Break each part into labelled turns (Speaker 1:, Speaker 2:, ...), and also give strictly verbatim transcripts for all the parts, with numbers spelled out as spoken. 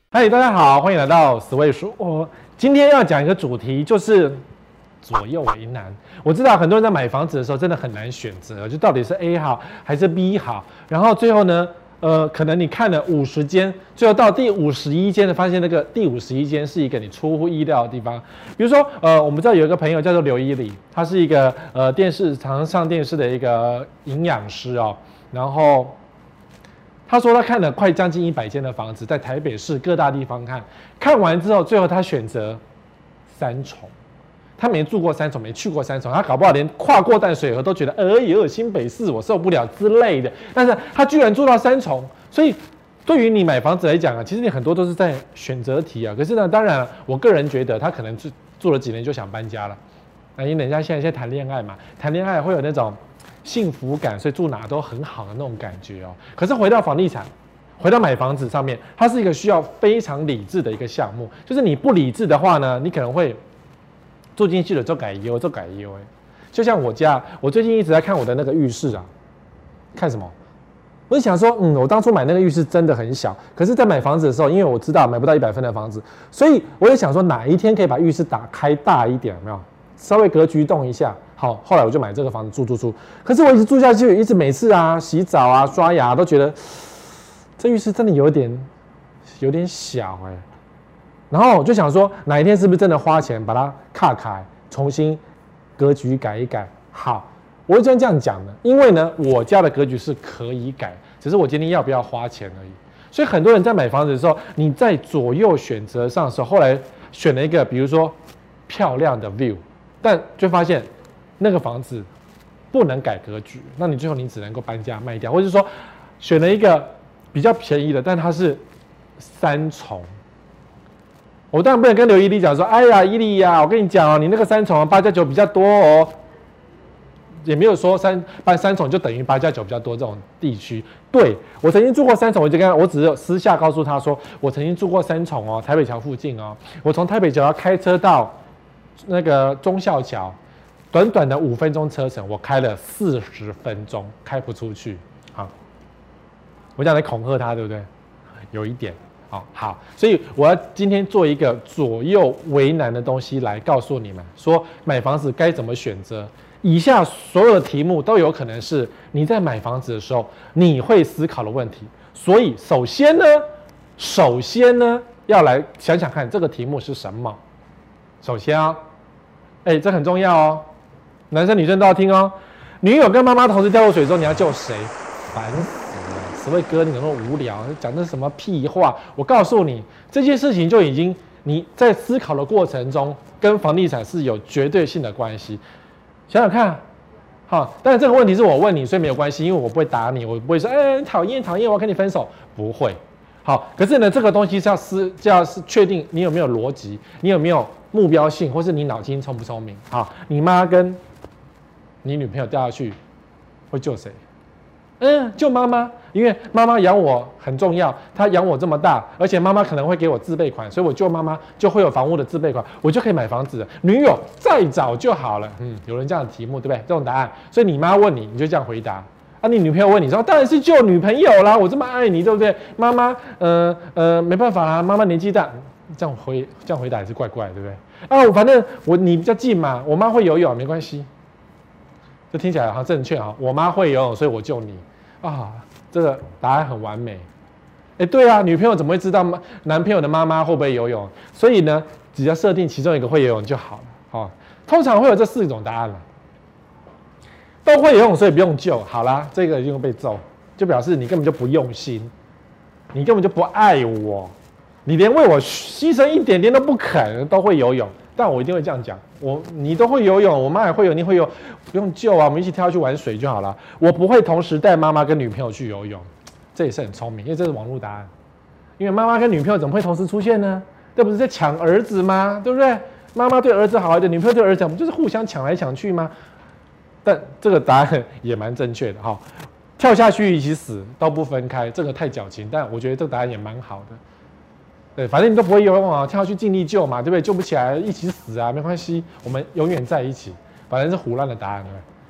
Speaker 1: 嗨，大家好，欢迎来到十位数。我今天要讲一个主题，就是左右为难。我知道很多人在买房子的时候真的很难选择，就到底是 A 好还是 B 好。然后最后呢，呃，可能你看了五十间，最后到第五十一间的，发现那个第五十一间是一个你出乎意料的地方。比如说，呃，我们知道有一个朋友叫做刘依礼，他是一个呃电视常上电视的一个营养师哦，然后。他说他看了快将近一百间的房子，在台北市各大地方看，看完之后，最后他选择三重。他没住过三重，没去过三重，他搞不好连跨过淡水河都觉得，哎呦，新北市我受不了之类的。但是他居然住到三重，所以对于你买房子来讲啊，其实你很多都是在选择题啊。可是呢，当然我个人觉得他可能住住了几年就想搬家了。那因为人家现在在谈恋爱嘛，谈恋爱会有那种幸福感，所以住哪都很好的那种感觉哦。可是回到房地产，回到买房子上面，它是一个需要非常理智的一个项目。就是你不理智的话呢，你可能会住进去了就改优，就改优哎。就像我家，我最近一直在看我的那个浴室啊，看什么？我就想说，嗯，我当初买那个浴室真的很小，可是，在买房子的时候，因为我知道买不到一百分的房子，所以我也想说，哪一天可以把浴室打开大一点，有没有？稍微格局动一下。好，后来我就买这个房子住住住。可是我一直住下去，一直每次啊洗澡啊刷牙都觉得这浴室真的有点有点小哎、欸。然后我就想说，哪一天是不是真的花钱把它卡开，重新格局改一改？好，我就这样这样讲的，因为呢，我家的格局是可以改，只是我今天要不要花钱而已。所以很多人在买房子的时候，你在左右选择上的时候，后来选了一个，比如说漂亮的 view， 但就发现那个房子不能改格局，那你最后你只能够搬家卖掉，或者说选了一个比较便宜的，但它是三重。我当然不能跟刘依礼讲说，哎呀，依礼呀，我跟你讲哦，你那个三重八加九比较多哦，也没有说三搬三重就等于八加九比较多这种地区。对，我曾经住过三重，我就跟他，我只有私下告诉他说，我曾经住过三重哦，台北桥附近哦，我从台北桥要开车到那个忠孝桥。短短的五分钟车程，我开了四十分钟，开不出去。好，我这样来恐吓他，对不对？有一点，好，好，所以我要今天做一个左右为难的东西来告诉你们，说买房子该怎么选择。以下所有的题目都有可能是你在买房子的时候你会思考的问题。所以，首先呢，首先呢，要来想想看这个题目是什么。首先啊，哎，这很重要哦。男生女生都要听哦。女友跟妈妈同时掉入水中，你要救谁？烦死了！十位哥，你怎么那么无聊？讲的什么屁话？我告诉你，这件事情就已经你在思考的过程中，跟房地产是有绝对性的关系。想想看，好，但是这个问题是我问你，所以没有关系，因为我不会打你，我不会说，哎，讨厌讨厌，我要跟你分手，不会。好，可是呢，这个东西是要思，就要是确定你有没有逻辑，你有没有目标性，或是你脑筋聪不聪明。好，你妈跟你女朋友掉下去，会救谁？嗯，救妈妈，因为妈妈养我很重要，她养我这么大，而且妈妈可能会给我自备款，所以我救妈妈就会有房屋的自备款，我就可以买房子了。女友再找就好了。嗯，有人这样的题目，对不对？这种答案，所以你妈问你，你就这样回答。啊，你女朋友问你说，当然是救女朋友啦，我这么爱你，对不对？妈妈，呃呃，没办法啦，妈妈年纪大，这样回这样回答也是怪怪，对不对？啊，反正我你比较近嘛，我妈会游泳，没关系。这听起来好像正确哈，我妈会游泳，所以我救你啊，这个答案很完美。哎，对啊，女朋友怎么会知道男朋友的妈妈会不会游泳？所以呢，只要设定其中一个会游泳就好了。好，通常会有这四种答案了，都会游泳，所以不用救。好啦，这个一定会被揍，就表示你根本就不用心，你根本就不爱我，你连为我牺牲一点点都不肯，都会游泳。但我一定会这样讲，我你都会游泳，我妈也会游，你会游，不用救啊，我们一起跳下去玩水就好了。我不会同时带妈妈跟女朋友去游泳，这也是很聪明，因为这是网络答案。因为妈妈跟女朋友怎么会同时出现呢？这不是在抢儿子吗？对不对？妈妈对儿子好一点，女朋友对儿子好，不就是互相抢来抢去吗？但这个答案也蛮正确的哈，跳下去一起死都不分开，这个太矫情，但我觉得这个答案也蛮好的。对，反正你都不会游泳啊，跳下去尽力救嘛，对不对？救不起来一起死啊，没关系，我们永远在一起。反正是胡乱的答案，对不对？哎，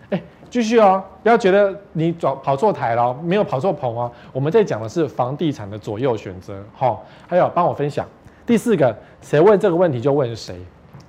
Speaker 1: 继续哦，不要觉得你转跑错台了，没有跑错棚哦。我们在讲的是房地产的左右选择，好、哦，还有帮我分享。第四个，谁问这个问题就问谁，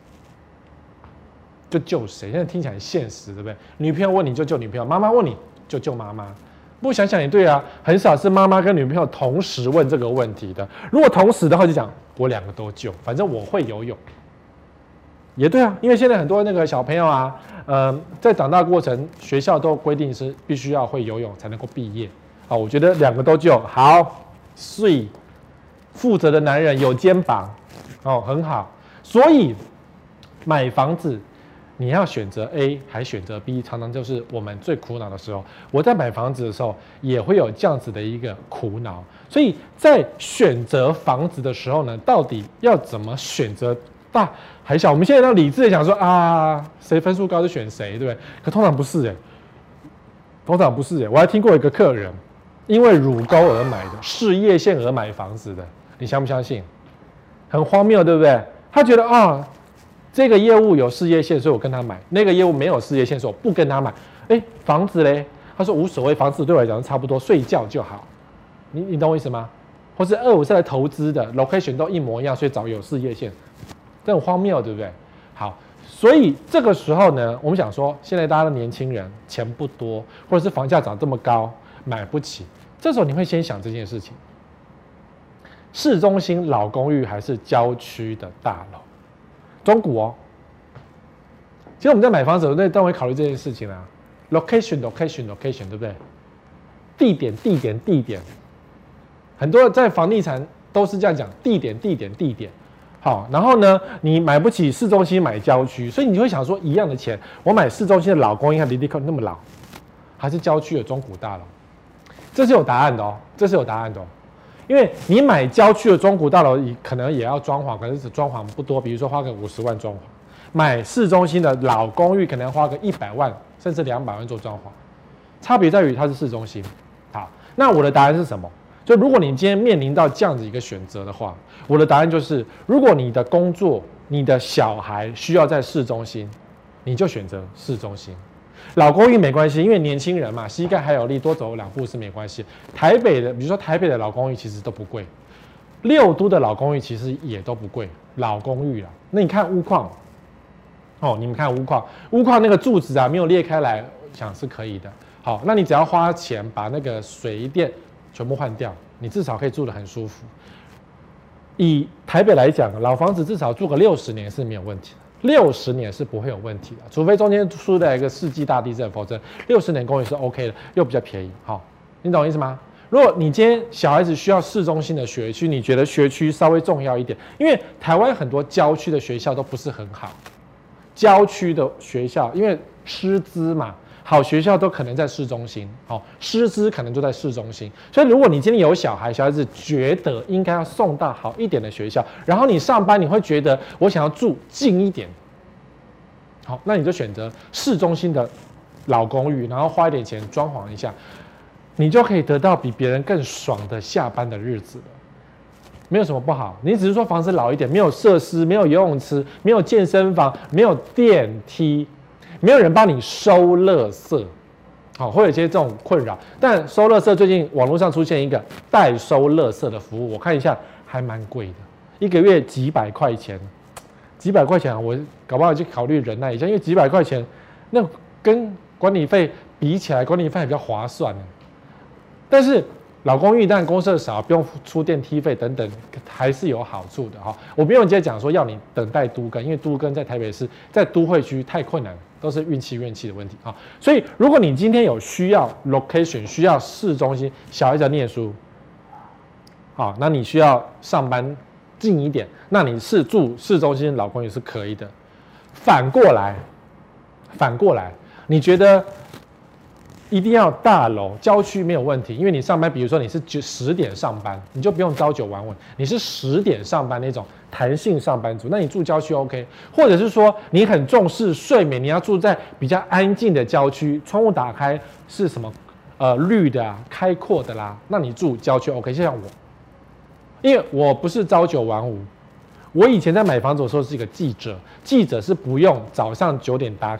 Speaker 1: 就救谁。现在听起来很现实，对不对？女朋友问你就救女朋友，妈妈问你就救妈妈。不想想也对啊，很少是妈妈跟女朋友同时问这个问题的。如果同时的话，就讲我两个都救，反正我会游泳。也对啊，因为现在很多那个小朋友啊，呃，在长大过程，学校都规定是必须要会游泳才能够毕业。好，我觉得两个都救好，睡，负责的男人有肩膀，哦，很好。所以买房子，你要选择 A 还选择 B， 常常就是我们最苦恼的时候。我在买房子的时候，也会有这样子的一个苦恼。所以在选择房子的时候呢，到底要怎么选择？大还小，我们现在要理智的想说啊，谁分数高就选谁，对不对？可通常不是哎、欸，通常不是哎、欸。我还听过一个客人，因为乳沟而买的，事业线而买房子的，你相不相信？很荒谬，对不对？他觉得啊，这个业务有事业线，所以我跟他买；那个业务没有事业线，所以我不跟他买。哎，房子嘞？他说无所谓，房子对我来讲差不多，睡觉就好。你你懂我意思吗？或是二五是来投资的 ，location 都一模一样，所以找有事业线。这很荒谬，对不对？好，所以这个时候呢，我们想说，现在大家的年轻人钱不多，或者是房价涨这么高，买不起。这时候你会先想这件事情：市中心老公寓还是郊区的大楼？中古哦。其实我们在买房子的时候，都会考虑这件事情啊。location，location，location， 对不对？地点，地点，地点。很多在房地产都是这样讲：地点，地点，地点。好，然后呢，你买不起市中心，买郊区，所以你会想说，一样的钱，我买市中心的老公寓，看离离口那么老，还是郊区的中古大楼？这是有答案的哦，这是有答案的哦。因为你买郊区的中古大楼，可能也要装潢，可是只装潢不多，比如说花个五十万装潢；买市中心的老公寓，可能要花个一百万甚至两百万做装潢。差别在于它是市中心。好，那我的答案是什么？就如果你今天面临到这样子一个选择的话，我的答案就是：如果你的工作、你的小孩需要在市中心，你就选择市中心。老公寓没关系，因为年轻人嘛，膝盖还有力，多走两步是没关系。台北的，比如说台北的老公寓其实都不贵，六都的老公寓其实也都不贵，老公寓啦。那你看屋况，哦，你们看屋况，屋况那个柱子啊没有裂开来，想是可以的。好，那你只要花钱把那个水电全部换掉，你至少可以住得很舒服。以台北来讲，老房子至少住个六十年是没有问题的，六十年是不会有问题的，除非中间出了一个世纪大地震，否则六十年公寓是 OK 的，又比较便宜。好，你懂我意思吗？如果你今天小孩子需要市中心的学区，你觉得学区稍微重要一点，因为台湾很多郊区的学校都不是很好，郊区的学校因为师资嘛。好学校都可能在市中心，好师资可能就在市中心，所以如果你今天有小孩，小孩子觉得应该要送到好一点的学校，然后你上班你会觉得我想要住近一点，好，那你就选择市中心的老公寓，然后花一点钱装潢一下，你就可以得到比别人更爽的下班的日子了。没有什么不好，你只是说房子老一点，没有设施，没有游泳池，没有健身房，没有电梯。没有人帮你收垃圾，好，会有一些这种困扰。但收垃圾最近网络上出现一个代收垃圾的服务，我看一下还蛮贵的，一个月几百块钱，几百块钱啊，我搞不好就考虑忍耐一下，因为几百块钱，那跟管理费比起来，管理费比较划算呢。但是老公寓当然公设少，不用出电梯费等等，还是有好处的哈。我不用直接讲说要你等待都更，因为都更在台北市，在都会区太困难了。都是运气运气的问题啊，所以如果你今天有需要 location， 需要市中心，小孩子要念书，好，那你需要上班近一点，那你是住市中心老公寓是可以的。反过来，反过来，你觉得一定要大楼郊区没有问题，因为你上班，比如说你是十点上班，你就不用朝九晚五，你是十点上班那种弹性上班族，那你住郊区 OK， 或者是说你很重视睡眠，你要住在比较安静的郊区，窗户打开是什么呃绿的啊，开阔的啦，那你住郊区 OK。就像我，因为我不是朝九晚五，我以前在买房子的时候是一个记者，记者是不用早上九点打卡的。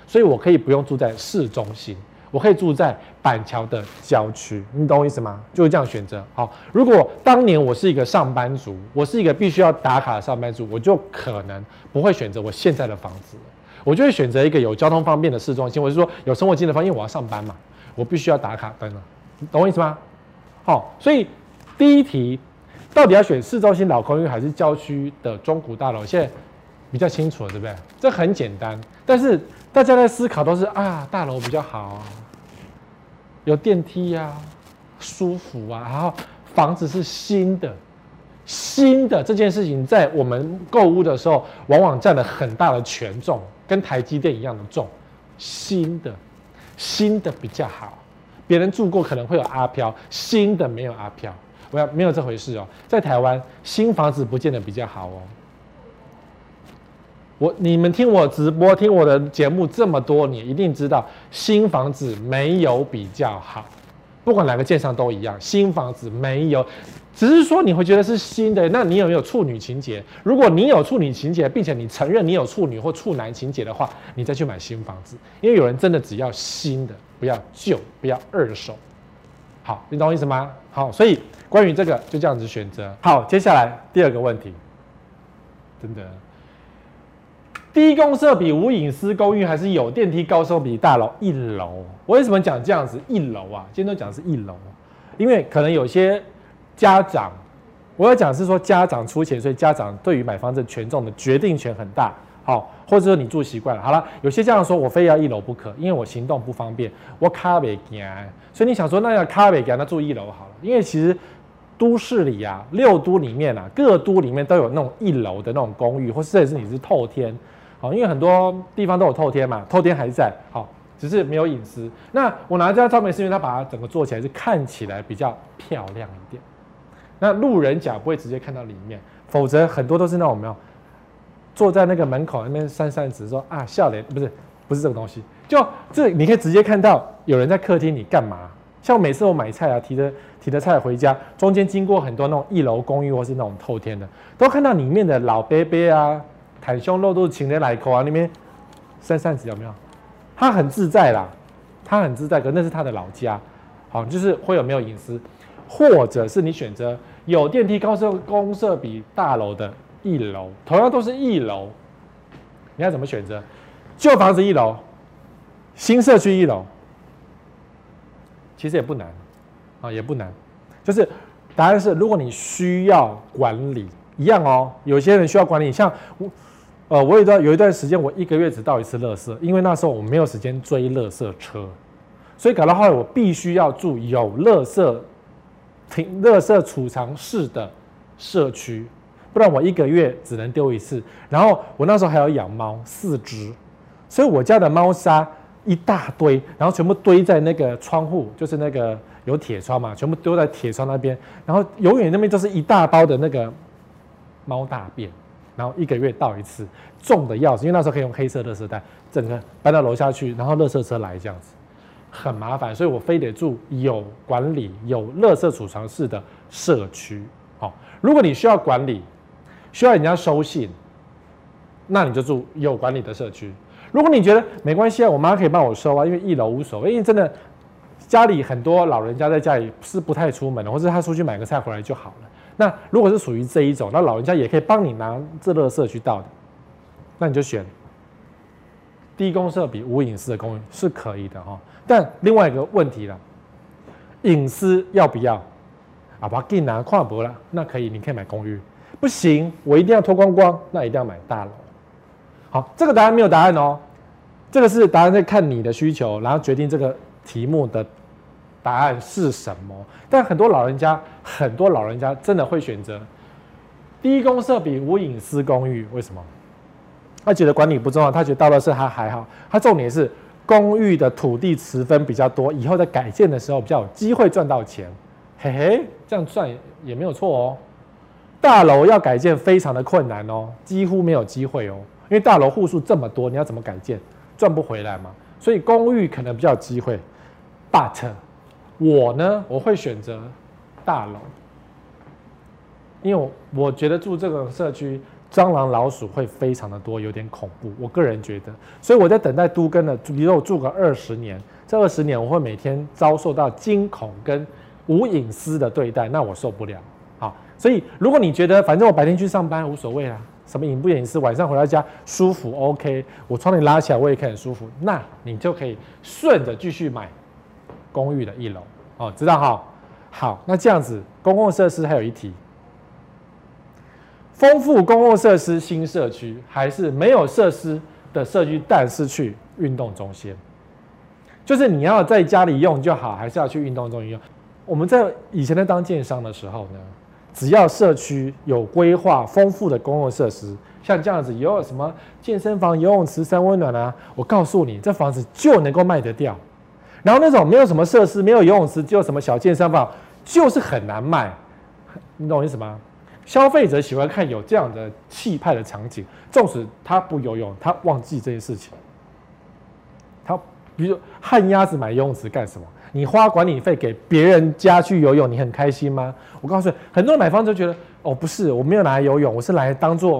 Speaker 1: 所以我可以不用住在市中心，我可以住在板桥的郊区，你懂我意思吗？就是这样选择。好，如果当年我是一个上班族，我是一个必须要打卡的上班族，我就可能不会选择我现在的房子，我就会选择一个有交通方便的市中心，或者说有生活机能方便，因为我要上班嘛，我必须要打卡灯了，你懂我意思吗？好，所以第一题，到底要选市中心老公寓还是郊区的中古大楼？现在比较清楚了，对不对？这很简单，但是大家在思考都是啊，大楼比较好啊，有电梯啊，舒服啊，然后房子是新的，新的这件事情在我们购物的时候，往往占了很大的权重，跟台积电一样的重。新的，新的比较好，别人住过可能会有阿飘，新的没有阿飘，我要没有这回事哦。在台湾，新房子不见得比较好哦。我你们听我直播，听我的节目这么多年，一定知道新房子没有比较好，不管哪个建商都一样，新房子没有，只是说你会觉得是新的，那你有没有处女情节？如果你有处女情节，并且你承认你有处女或处男情节的话，你再去买新房子，因为有人真的只要新的，不要旧，不要二手。好，你懂我意思吗？好，所以关于这个就这样子选择。好，接下来第二个问题，真的。低公设比无隐私公寓还是有电梯高收比大楼？一楼。我为什么讲这样子？一楼啊，今天都讲的是一楼，因为可能有些家长，我要讲是说家长出钱，所以家长对于买房子权重的决定权很大。好，或者说你住习惯了，好了，有些家长说我非要一楼不可，因为我行动不方便，我卡不行，所以你想说那要卡不行，那住一楼好了，因为其实都市里啊，六都里面啊，各都里面都有那种一楼的那种公寓，或甚至是你是透天。好，因为很多地方都有透天嘛，透天还在，好，只是没有隐私。那我拿这张照片是因为它把它整个做起来是看起来比较漂亮一点，那路人甲不会直接看到里面，否则很多都是那种有没有坐在那个门口那边扇扇子说啊笑脸，不是不是这个东西，就这你可以直接看到有人在客厅，你干嘛？像每次我买菜啊，提着提着菜回家，中间经过很多那种一楼公寓或是那种透天的，都看到里面的老伯伯啊。袒胸露肚、请人来口啊，那边扇扇子有没有？他很自在啦，他很自在，可那是他的老家，好，就是会有没有隐私，或者是你选择有电梯高设公设比大楼的一楼，同样都是一楼，你要怎么选择？旧房子一楼，新社区一楼，其实也不难啊，也不难，就是答案是，如果你需要管理。一样哦，有些人需要管理，像我，呃，我有一段有一段时间，我一个月只倒一次垃圾，因为那时候我没有时间追垃圾车，所以搞到后来我必须要住有垃圾停垃圾储藏室的社区，不然我一个月只能丢一次。然后我那时候还要养猫四只，所以我家的猫砂一大堆，然后全部堆在那个窗户，就是那个有铁窗嘛，全部丢在铁窗那边，然后永远那边都是一大包的那个。猫大便，然后一个月倒一次，重的要死，因为那时候可以用黑色垃圾袋，整个搬到楼下去，然后垃圾车来这样子，很麻烦，所以我非得住有管理、有垃圾储藏室的社区。好，如果你需要管理，需要人家收信，那你就住有管理的社区。如果你觉得没关系啊，我妈可以帮我收啊，因为一楼无所谓，因为真的家里很多老人家在家里是不太出门的，或者他出去买个菜回来就好了。那如果是属于这一种，那老人家也可以帮你拿这垃圾去倒的，那你就选低公设比无隐私的公寓是可以的哈。但另外一个问题了，隐私要不要？啊，把给拿跨博了，那可以，你可以买公寓。不行，我一定要脱光光，那一定要买大楼。好，这个答案没有答案哦，这个是答案在看你的需求，然后决定这个题目的答案是什么。但很多老人家，很多老人家真的会选择低公设比无隐私公寓，为什么？他觉得管理不重要，他觉得倒垃圾他还好，他重点是公寓的土地持分比较多，以后在改建的时候比较有机会赚到钱。嘿嘿，这样赚也没有错哦。大楼要改建非常的困难哦，几乎没有机会哦，因为大楼户数这么多，你要怎么改建？赚不回来嘛。所以公寓可能比较有机会 ，but 我呢，我会选择大楼，因为我我觉得住这个社区蟑螂、老鼠会非常的多，有点恐怖。我个人觉得，所以我在等待都更的，比如我住个二十年，这二十年我会每天遭受到惊恐跟无隐私的对待，那我受不了。好，所以如果你觉得反正我白天去上班无所谓啦，什么隐不隐私，晚上回到家舒服 OK， 我窗帘拉起来我也可以很舒服，那你就可以顺着继续买公寓的一楼哦，知道哈？好，那这样子公共设施还有一题，丰富公共设施新社区还是没有设施的社区，但是去运动中心，就是你要在家里用就好，还是要去运动中心用？我们在以前在当建商的时候呢，只要社区有规划丰富的公共设施，像这样子有什么健身房、游泳池、三温暖啊，我告诉你，这房子就能够卖得掉。然后那种没有什么设施、没有游泳池，只有什么小健身房，就是很难卖。你懂我意思吗？消费者喜欢看有这样的气派的场景，纵使他不游泳，他忘记这件事情。他比如说旱鸭子买游泳池干什么？你花管理费给别人家去游泳，你很开心吗？我告诉你，很多人买房子就觉得，哦，不是，我没有拿来游泳，我是来当做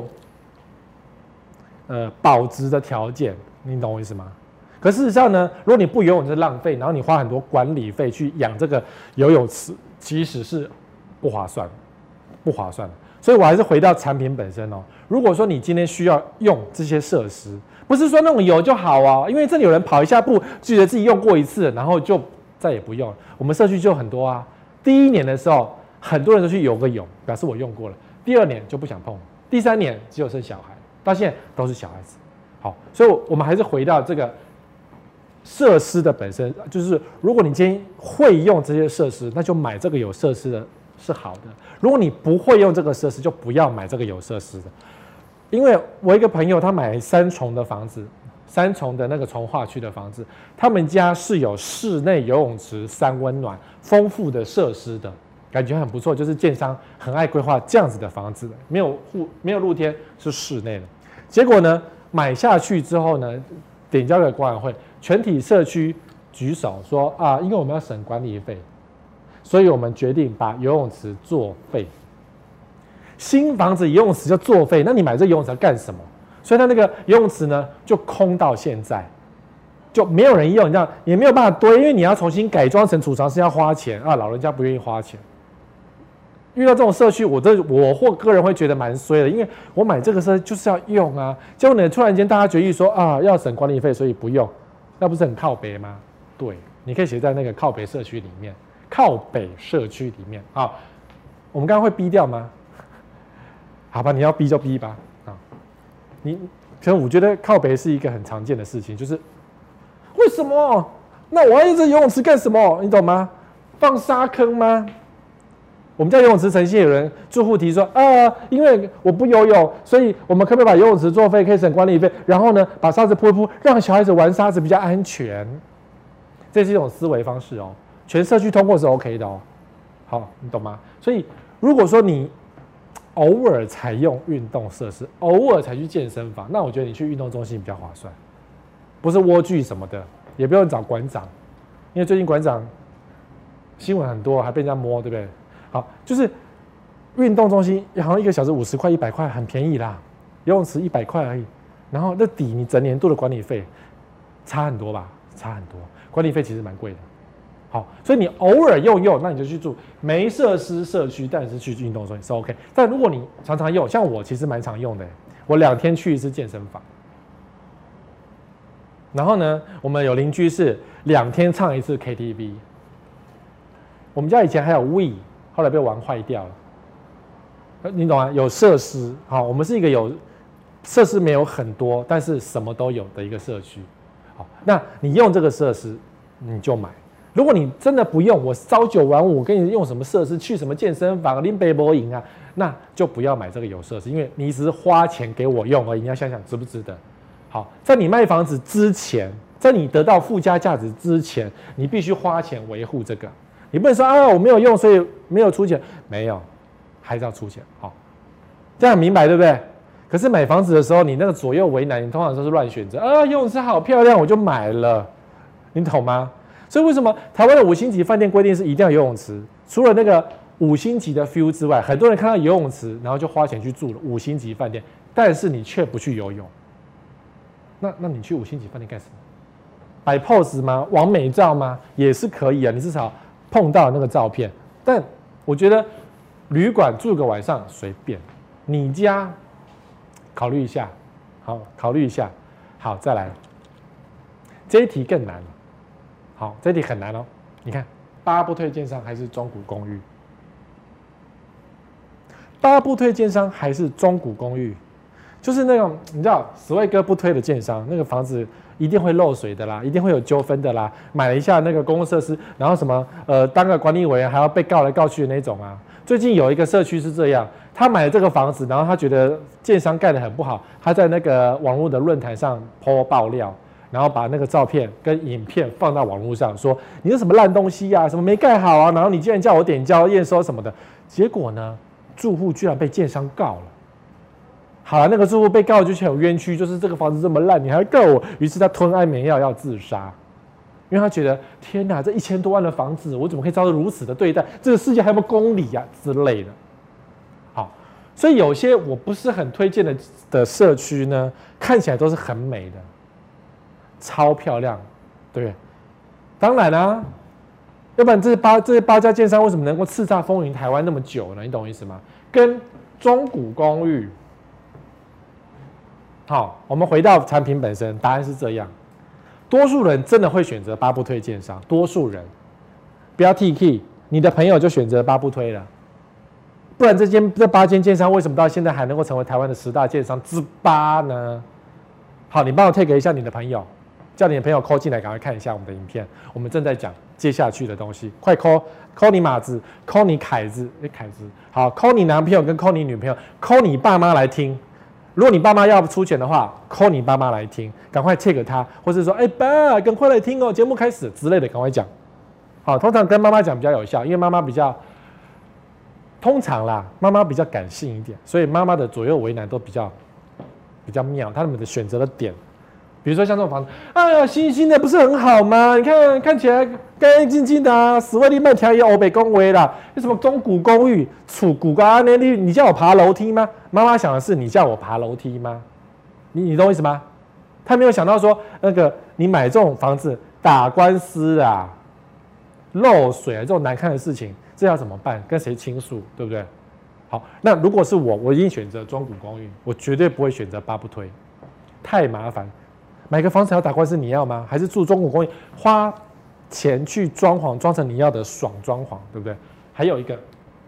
Speaker 1: 呃保值的条件，你懂我意思吗？可事实上呢，如果你不游泳是浪费，然后你花很多管理费去养这个游泳池，其实是不划算，不划算的。所以我还是回到产品本身哦。如果说你今天需要用这些设施，不是说那种有就好哦，因为这里有人跑一下步，觉得自己用过一次，然后就再也不用了。我们社区就很多啊。第一年的时候，很多人都去游个泳，表示我用过了。第二年就不想碰，第三年只有生小孩，到现在都是小孩子。好，所以我们还是回到这个设施的本身，就是如果你今天会用这些设施，那就买这个有设施的是好的。如果你不会用这个设施，就不要买这个有设施的。因为我一个朋友他买三重的房子，三重的那个重划区的房子，他们家是有室内游泳池、三温暖、丰富的设施的，感觉很不错。就是建商很爱规划这样子的房子的，没有户没有露天，是室内的。结果呢，买下去之后呢，点交给管委会，全体社区举手说啊，因为我们要省管理费，所以我们决定把游泳池作废。新房子游泳池就作废，那你买这游泳池要干什么？所以它那个游泳池呢，就空到现在，就没有人用，你知道，也没有办法堆，因为你要重新改装成储藏室要花钱啊，老人家不愿意花钱。遇到这种社区，我这我或个人会觉得蛮衰的，因为我买这个车就是要用啊，结果呢，突然间大家决议说啊，要省管理费，所以不用，那不是很靠北吗？对，你可以写在那个靠北社区里面，靠北社区里面啊。我们刚刚会逼掉吗？好吧，你要逼就逼吧啊！你可能我觉得靠北是一个很常见的事情，就是为什么？那我要用这游泳池干什么？你懂吗？放沙坑吗？我们家游泳池曾经有人住户提说啊，因为我不游泳，所以我们可不可以把游泳池作废，可以省管理费，然后呢把沙子铺一铺，让小孩子玩沙子比较安全。这是一种思维方式哦，全社区通过是 OK 的哦。好，你懂吗？所以如果说你偶尔才用运动设施，偶尔才去健身房，那我觉得你去运动中心比较划算，不是蜗居什么的，也不用找馆长，因为最近馆长新闻很多，还被人家摸，对不对？好，就是运动中心好像一个小时五十块、一百块，很便宜啦。游泳池一百块而已，然后那抵你整年度的管理费，差很多吧？差很多，管理费其实蛮贵的。好，所以你偶尔用用，那你就去住没设施社区，但是去运动中心是 OK。但如果你常常用，像我其实蛮常用的，我两天去一次健身房。然后呢，我们有邻居是两天唱一次 K T V。我们家以前还有 Wii， 后来被玩坏掉了。你懂吗？有设施，好，我们是一个有设施没有很多，但是什么都有的一个社区。好，那你用这个设施，你就买。如果你真的不用，我朝九晚五，跟你用什么设施，去什么健身房、拎背包营啊，那就不要买这个有设施，因为你只是花钱给我用而已。你要想想值不值得。好，在你卖房子之前，在你得到附加价值之前，你必须花钱维护这个。你不能说啊，我没有用，所以没有出钱，没有，还是要出钱。好，这样明白对不对？可是买房子的时候，你那个左右为难，你通常都是乱选择啊，游泳池好漂亮，我就买了，你懂吗？所以为什么台湾的五星级饭店规定是一定要游泳池？除了那个五星级的 feel 之外，很多人看到游泳池，然后就花钱去住了五星级饭店，但是你却不去游泳。那那你去五星级饭店干什么？摆 pose 吗？完美照吗？也是可以啊，你至少碰到那个照片。但我觉得旅馆住个晚上随便，你家考虑一下，好，考虑一下。好，再来，这一题更难了。好，这一题很难哦。你看，八不推荐商还是中古公寓？八不推荐商还是中古公寓？就是那种你知道，史威哥不推的建商，那个房子一定会漏水的啦，一定会有纠纷的啦。买了一下那个公共设施，然后什么呃，当个管理委员还要被告来告去的那种啊。最近有一个社区是这样，他买了这个房子，然后他觉得建商盖得很不好，他在那个网络的论坛上 po 爆料，然后把那个照片跟影片放到网络上，说你是什么烂东西啊，什么没盖好啊，然后你竟然叫我点交验收什么的。结果呢，住户居然被建商告了。好了，那个住户被告就很有冤屈，就是这个房子这么烂，你还告我。于是他吞安眠药要自杀，因为他觉得天哪，这一千多万的房子，我怎么可以遭到如此的对待？这个世界还有没有公理啊之类的？好，所以有些我不是很推荐的的社区呢，看起来都是很美的，超漂亮，对不对？当然啦、啊，要不然这八这八家建商为什么能够叱咤风云台湾那么久呢？你懂我意思吗？跟中古公寓。好，我们回到产品本身，答案是这样。多数人真的会选择八不推荐商，多数人不要 T K， 你的朋友就选择八不推了，不然这间这八间建商为什么到现在还能够成为台湾的十大建商之八呢？好，你帮我 take 一下你的朋友，叫你的朋友 call 进来，赶快看一下我们的影片，我们正在讲接下去的东西，快 call call 你马子 ，call 你凯子，哎凯子，好 call 你男朋友跟 call 你女朋友 ，call 你爸妈来听。如果你爸妈要出钱的话 ，call 你爸妈来听，赶快 take 他，或是说，哎、欸、爸，赶快来听哦，节目开始之类的，赶快讲。好，通常跟妈妈讲比较有效，因为妈妈比较，通常啦，妈妈比较感性一点，所以妈妈的左右为难都比较比较妙，他们的选择的点，比如说像这种房子，哎呀，新新的不是很好吗？你看看起来干干净净的啊，史威利曼条也欧北恭维啦，有什么中古公寓、楚古啊那你你叫我爬楼梯吗？妈妈想的是你叫我爬楼梯吗？你你懂我意思吗？他没有想到说那个你买这种房子打官司啊、漏水啊这种难看的事情，这要怎么办？跟谁倾诉，对不对？好，那如果是我，我一定选择中古公寓，我绝对不会选择八不推，太麻烦。买个房子要打官司，你要吗？还是住中古公寓，花钱去装潢，装成你要的爽装潢，对不对？还有一个。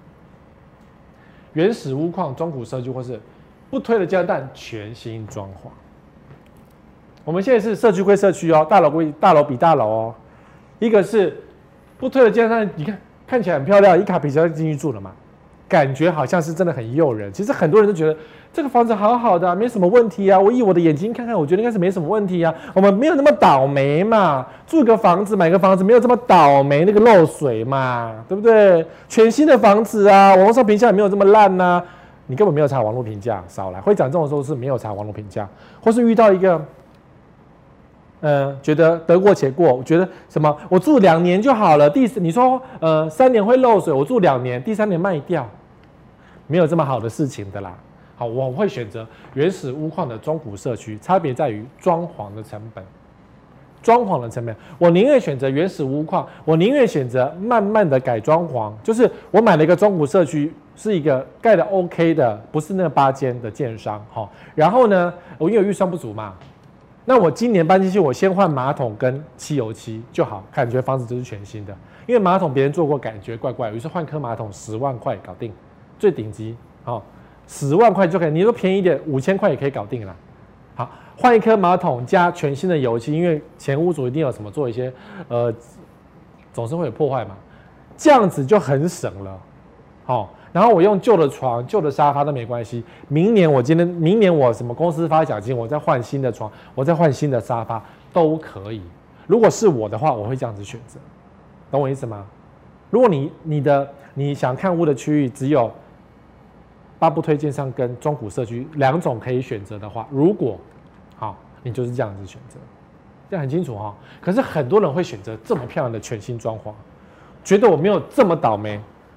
Speaker 1: 原始屋况、中古社区或是不推的加蛋全新装潢。我们现在是社区归社区哦，大楼归大楼比大楼哦。一个是不推的加蛋，你看看起来很漂亮，一卡皮就进去住了嘛，感觉好像是真的很诱人。其实很多人都觉得这个房子好好的、啊，没什么问题啊。我以我的眼睛看看，我觉得应该是没什么问题啊。我们没有那么倒霉嘛，住个房子、买个房子没有这么倒霉，那个漏水嘛，对不对？全新的房子啊，网络上评价也没有这么烂呐、啊。你根本没有查网络评价，少来。会讲这种时候是没有查网络评价，或是遇到一个，呃，觉得得过且过，我觉得什么，我住两年就好了。第你说呃三年会漏水，我住两年，第三年卖掉，没有这么好的事情的啦。好，我会选择原始屋况的中古社区，差别在于装潢的成本。装潢的成本，我宁愿选择原始屋况，我宁愿选择慢慢的改装潢。就是我买了一个中古社区，是一个盖的 OK 的，不是那八间的建商。好，然后呢，我因为预算不足嘛，那我今年搬进去，我先换马桶跟漆油漆就好，感觉房子就是全新的。因为马桶别人做过，感觉怪怪，于是换颗马桶十万块搞定，最顶级。好。十万块就可以，你说便宜一点，五千块也可以搞定了。好，换一颗马桶加全新的油漆，因为前屋主一定有什么做一些，呃，总是会有破坏嘛，这样子就很省了。好，然后我用旧的床、旧的沙发都没关系。明年我今天，明年我什么公司发奖金，我再换新的床，我再换新的沙发都可以。如果是我的话，我会这样子选择，懂我意思吗？如果你你的你想看屋的区域只有八不推荐商跟中古社区两种可以选择的话，如果好，你就是这样子选择，这样很清楚哈、哦。可是很多人会选择这么漂亮的全新装潢，觉得我没有这么倒霉。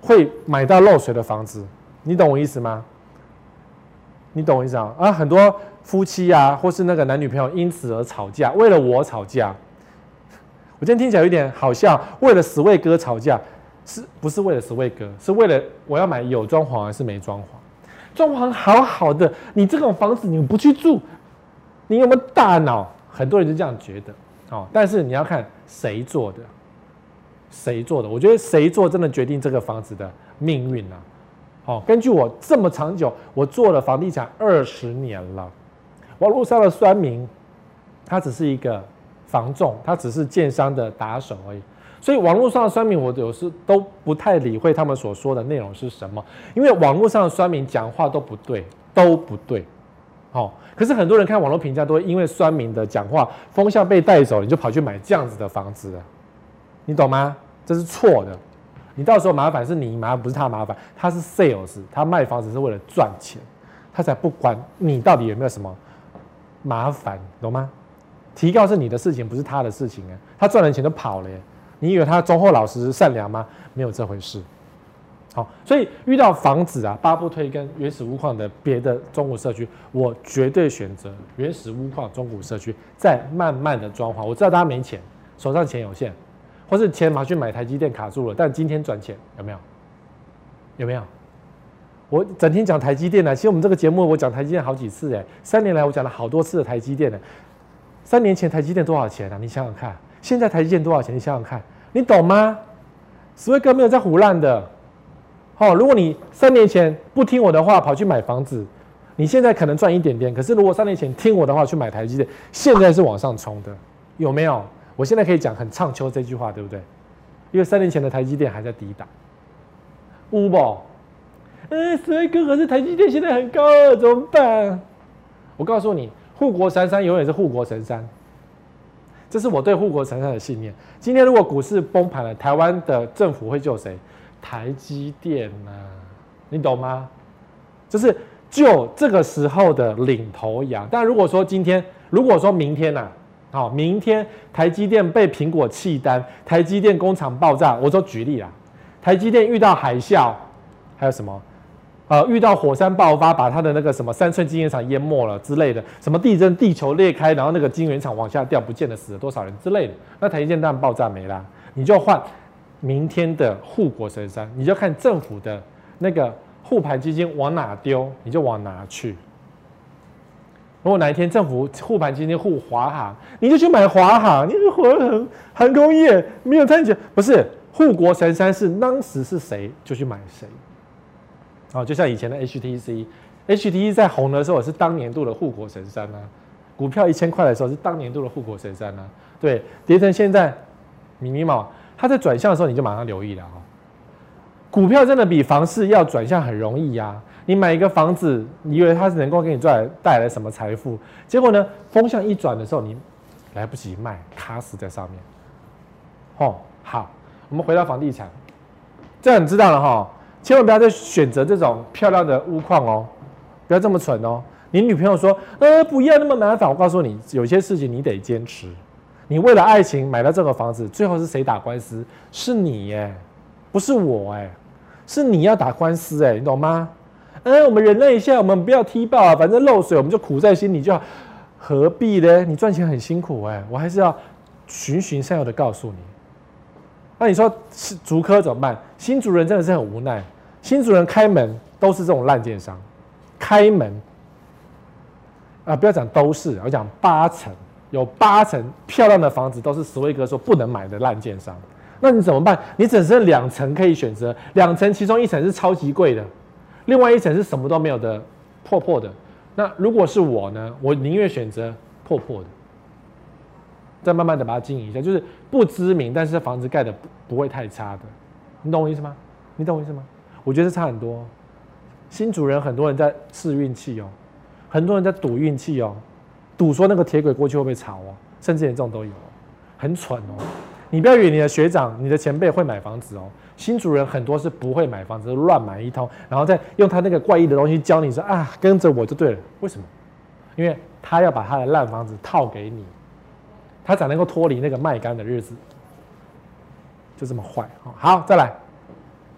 Speaker 1: 会买到漏水的房子，你懂我意思吗？你懂我意思啊？啊，很多夫妻啊，或是那个男女朋友因此而吵架，为了我吵架。我今天听起来有点好笑，为了十位哥吵架，是不是为了十位哥？是为了我要买有装潢还是没装潢？装潢好好的，你这种房子你不去住，你有没有大脑？很多人就这样觉得，哦，但是你要看谁做的，谁做的？我觉得谁做真的决定这个房子的命运啊。哦，根据我这么长久，我做了房地产二十年了，网络上的酸民，他只是一个房仲，他只是建商的打手而已。所以网络上的酸民，我有时都不太理会他们所说的内容是什么，因为网络上的酸民讲话都不对，都不对。哦，可是很多人看网络评价，都会因为酸民的讲话风向被带走，你就跑去买这样子的房子了，你懂吗？这是错的。你到时候麻烦是你麻烦，不是他麻烦。他是 sales， 他卖房子是为了赚钱，他才不管你到底有没有什么麻烦，懂吗？提告是你的事情，不是他的事情啊。他赚了钱就跑了耶，你以为他忠厚老实善良吗？没有这回事。好，所以遇到房子啊，八不推跟原始屋况的别的中古社区，我绝对选择原始屋况中古社区，再慢慢的装潢。我知道大家没钱，手上钱有限。或是钱拿去买台积电卡住了，但今天赚钱有没有？有没有？我整天讲台积电呢，其实我们这个节目我讲台积电好几次哎，三年来我讲了好多次的台积电呢。三年前台积电多少钱啊？你想想看，现在台积电多少钱？你想想看，你懂吗？史威哥没有在唬烂的。哦，如果你三年前不听我的话跑去买房子，你现在可能赚一点点，可是如果三年前听我的话去买台积电，现在是往上冲的，有没有？我现在可以讲很唱秋这句话，对不对？因为三年前的台积电还在低档，有不？呃，史威哥可是台积电现在很高了，怎么办？我告诉你，护国神山永远是护国神山，这是我对护国神山的信念。今天如果股市崩盘了，台湾的政府会救谁？台积电啊，你懂吗？就是救这个时候的领头羊。但如果说今天，如果说明天啊。好，明天台积电被苹果弃单，台积电工厂爆炸，我说举例啦，台积电遇到海啸，还有什么？呃，遇到火山爆发，把它的那个什么三寸晶圆厂淹没了之类的，什么地震，地球裂开，然后那个晶圆厂往下掉，不见了，死了多少人之类的，那台积电当然爆炸没啦。你就换明天的护国神山，你就看政府的那个护盘基金往哪丢，你就往哪去。如果哪一天政府护盘基金护华航，你就去买华航。你是华航航空业没有赚钱，不是护国神山是当时是谁就去买谁。哦，就像以前的 H T C，H T C 在红的时候是当年度的护国神山啊，股票一千块的时候是当年度的护国神山啊。对，跌成现在迷迷茫，它在转向的时候你就马上留意了啊、哦。股票真的比房市要转向很容易呀、啊。你买一个房子，你以为它是能够给你带来带来什么财富？结果呢，风向一转的时候，你来不及卖，卡死在上面。哦，好，我们回到房地产，这样你知道了哈、哦，千万不要再选择这种漂亮的屋况哦，不要这么蠢哦。你女朋友说，呃，不要那么麻烦，我告诉你，有些事情你得坚持。你为了爱情买到这个房子，最后是谁打官司？是你耶，不是我哎，是你要打官司哎，你懂吗？哎，我们忍耐一下，我们不要踢爆啊，反正漏水我们就苦在心里就好，何必呢？你赚钱很辛苦哎，我还是要循循善诱的告诉你。那你说竹科怎么办？新竹人真的是很无奈，新竹人开门都是这种烂建商，开门啊，不要讲都是，我讲八成，有八成漂亮的房子都是史威格说不能买的烂建商。那你怎么办？你只剩两层可以选择，两层其中一层是超级贵的。另外一层是什么都没有的，破破的。那如果是我呢？我宁愿选择破破的，再慢慢的把它经营一下，就是不知名，但是房子盖的不不会太差的。你懂我意思吗？你懂我意思吗？我觉得差很多。新竹人很多人在试运气哦，很多人在赌运气哦，赌说那个铁轨过去会不会潮哦，甚至连这种都有，很蠢哦。你不要以为你的学长、你的前辈会买房子哦。新竹人很多是不会买房子，乱买一通，然后再用他那个怪异的东西教你说啊，跟着我就对了。为什么？因为他要把他的烂房子套给你，他才能够脱离那个卖干的日子，就这么坏。好，再来，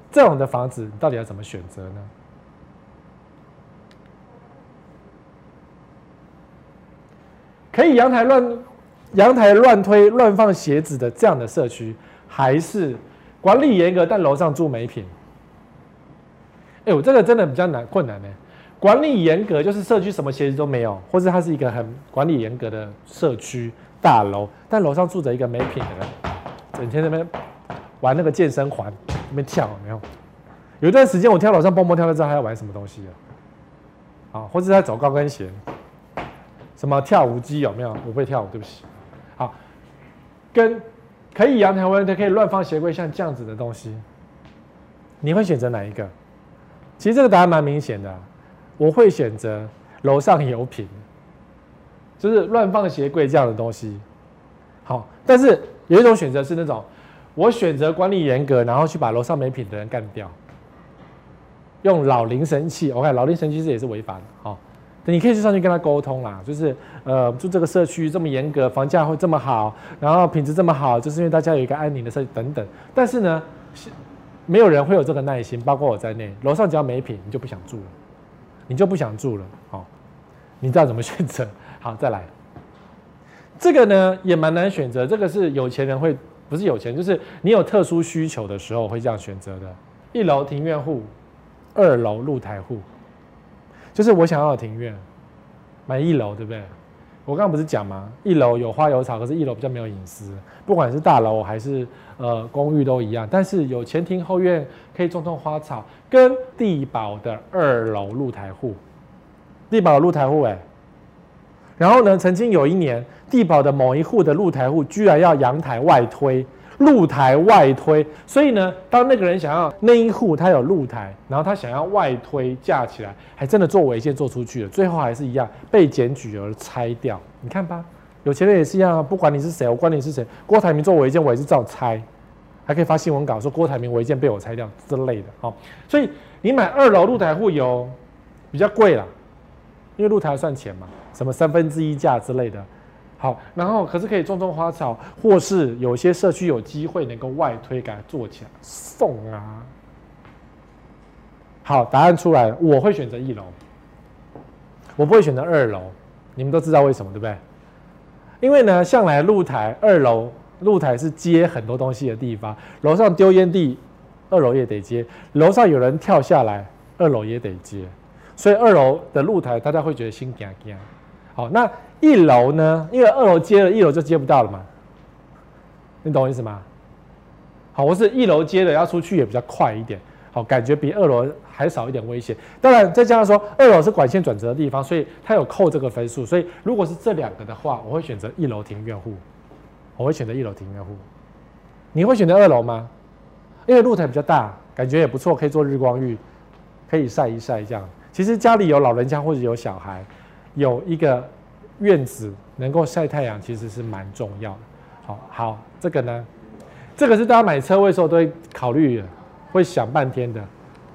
Speaker 1: 这种的房子，你到底要怎么选择呢？可以阳台乱阳台乱推乱放鞋子的这样的社区，还是管理严格但楼上住没品？哎，我这个真的比较难困难呢。管理严格就是社区什么鞋子都没有，或者它是一个很管理严格的社区大楼，但楼上住着一个没品的人，整天在那边玩那个健身环，那边跳，有没有？有一段时间我跳楼上蹦蹦跳，就知道他在玩什么东西了。啊，或者在走高跟鞋，什么跳舞机有没有？我不会跳舞，对不起。好，跟可以阳台外的可以乱放鞋柜，像这样子的东西，你会选择哪一个？其实这个答案蛮明显的、啊，我会选择楼上有品，就是乱放鞋柜这样的东西。好，但是有一种选择是那种，我选择管理严格，然后去把楼上没品的人干掉。用老灵神器 ，OK， 老灵神器这也是违法的，好、哦，你可以去上去跟他沟通啦，就是呃，住这个社区这么严格，房价会这么好，然后品质这么好，就是因为大家有一个安宁的社区等等。但是呢，没有人会有这个耐心，包括我在内。楼上只要没品，你就不想住了，你就不想住了，好、哦，你知道怎么选择？好，再来，这个呢也蛮难选择，这个是有钱人会，不是有钱，就是你有特殊需求的时候会这样选择的。一楼庭院户。二楼露台户，就是我想要的庭院，买一楼，对不对？我刚刚不是讲吗？一楼有花有草，可是一楼比较没有隐私，不管是大楼还是呃公寓都一样。但是有前庭后院，可以种种花草，跟地保的二楼露台户，地保的露台户哎、欸，然后呢，曾经有一年，地保的某一户的露台户居然要阳台外推。露台外推，所以呢，当那个人想要那一户他有露台，然后他想要外推架起来，还真的做违建做出去了，最后还是一样被检举而拆掉。你看吧，有钱人也是一样，不管你是谁，我管你是谁，郭台铭做违建我也是照拆，还可以发新闻稿说郭台铭违建被我拆掉之类的。好，所以你买二楼露台户有比较贵啦，因为露台算钱嘛，什么三分之一价之类的。好，然后可是可以种种花草，或是有些社区有机会能够外推给它做起来送啊。好，答案出来了，我会选择一楼，我不会选择二楼。你们都知道为什么，对不对？因为呢，向来露台二楼露台是接很多东西的地方，楼上丢烟蒂，二楼也得接；楼上有人跳下来，二楼也得接。所以二楼的露台大家会觉得心惊惊。好，那一楼呢？因为二楼接了，一楼就接不到了嘛。你懂我意思吗？好，我是一楼接的，要出去也比较快一点。好，感觉比二楼还少一点危险。当然，再加上说二楼是管线转折的地方，所以它有扣这个分数。所以如果是这两个的话，我会选择一楼庭院户。我会选择一楼庭院户。你会选择二楼吗？因为露台比较大，感觉也不错，可以做日光浴，可以晒一晒这样。其实家里有老人家或者有小孩。有一个院子能够晒太阳，其实是蛮重要的。好，好，这个呢，这个是大家买车位的时候都会考虑的，会想半天的。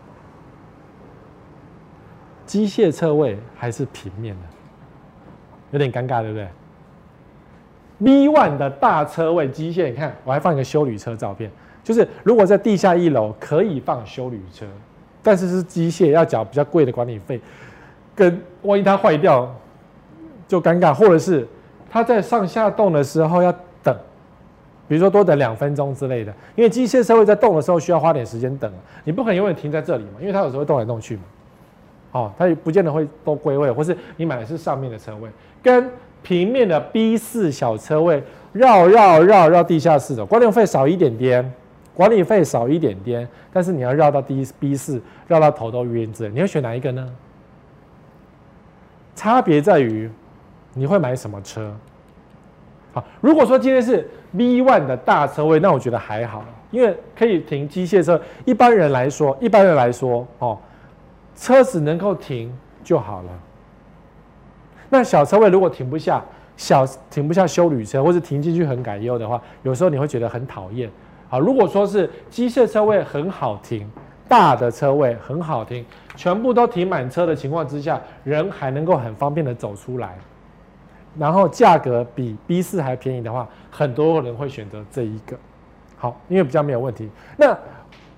Speaker 1: 机械车位还是平面的，有点尴尬，对不对 ？B 一 的大车位机械，你看，我还放一个休旅车照片，就是如果在地下一楼可以放休旅车，但是是机械，要缴比较贵的管理费。跟万一它坏掉就尴尬，或者是它在上下动的时候要等，比如说多等两分钟之类的，因为机械车位在动的时候需要花点时间等，你不可能永远停在这里嘛，因为它有时候会动来动去嘛，哦，它也不见得会都归位，或是你买的是上面的车位，跟平面的 B 四 小车位绕绕绕绕地下室的，管理费少一点点，管理费少一点点，但是你要绕到 B 四，绕到头都晕之类，你会选哪一个呢？差别在于你会买什么车。好，如果说今天是 B 一 的大车位，那我觉得还好，因为可以停机械车。一般人来说，一般人来说，哦，车子能够停就好了。那小车位如果停不下，小停不下休旅车，或是停进去很改优的话，有时候你会觉得很讨厌。好，如果说是机械车位很好停。大的车位很好停，全部都停满车的情况之下，人还能够很方便的走出来，然后价格比 B 四 还便宜的话，很多人会选择这一个。好，因为比较没有问题。那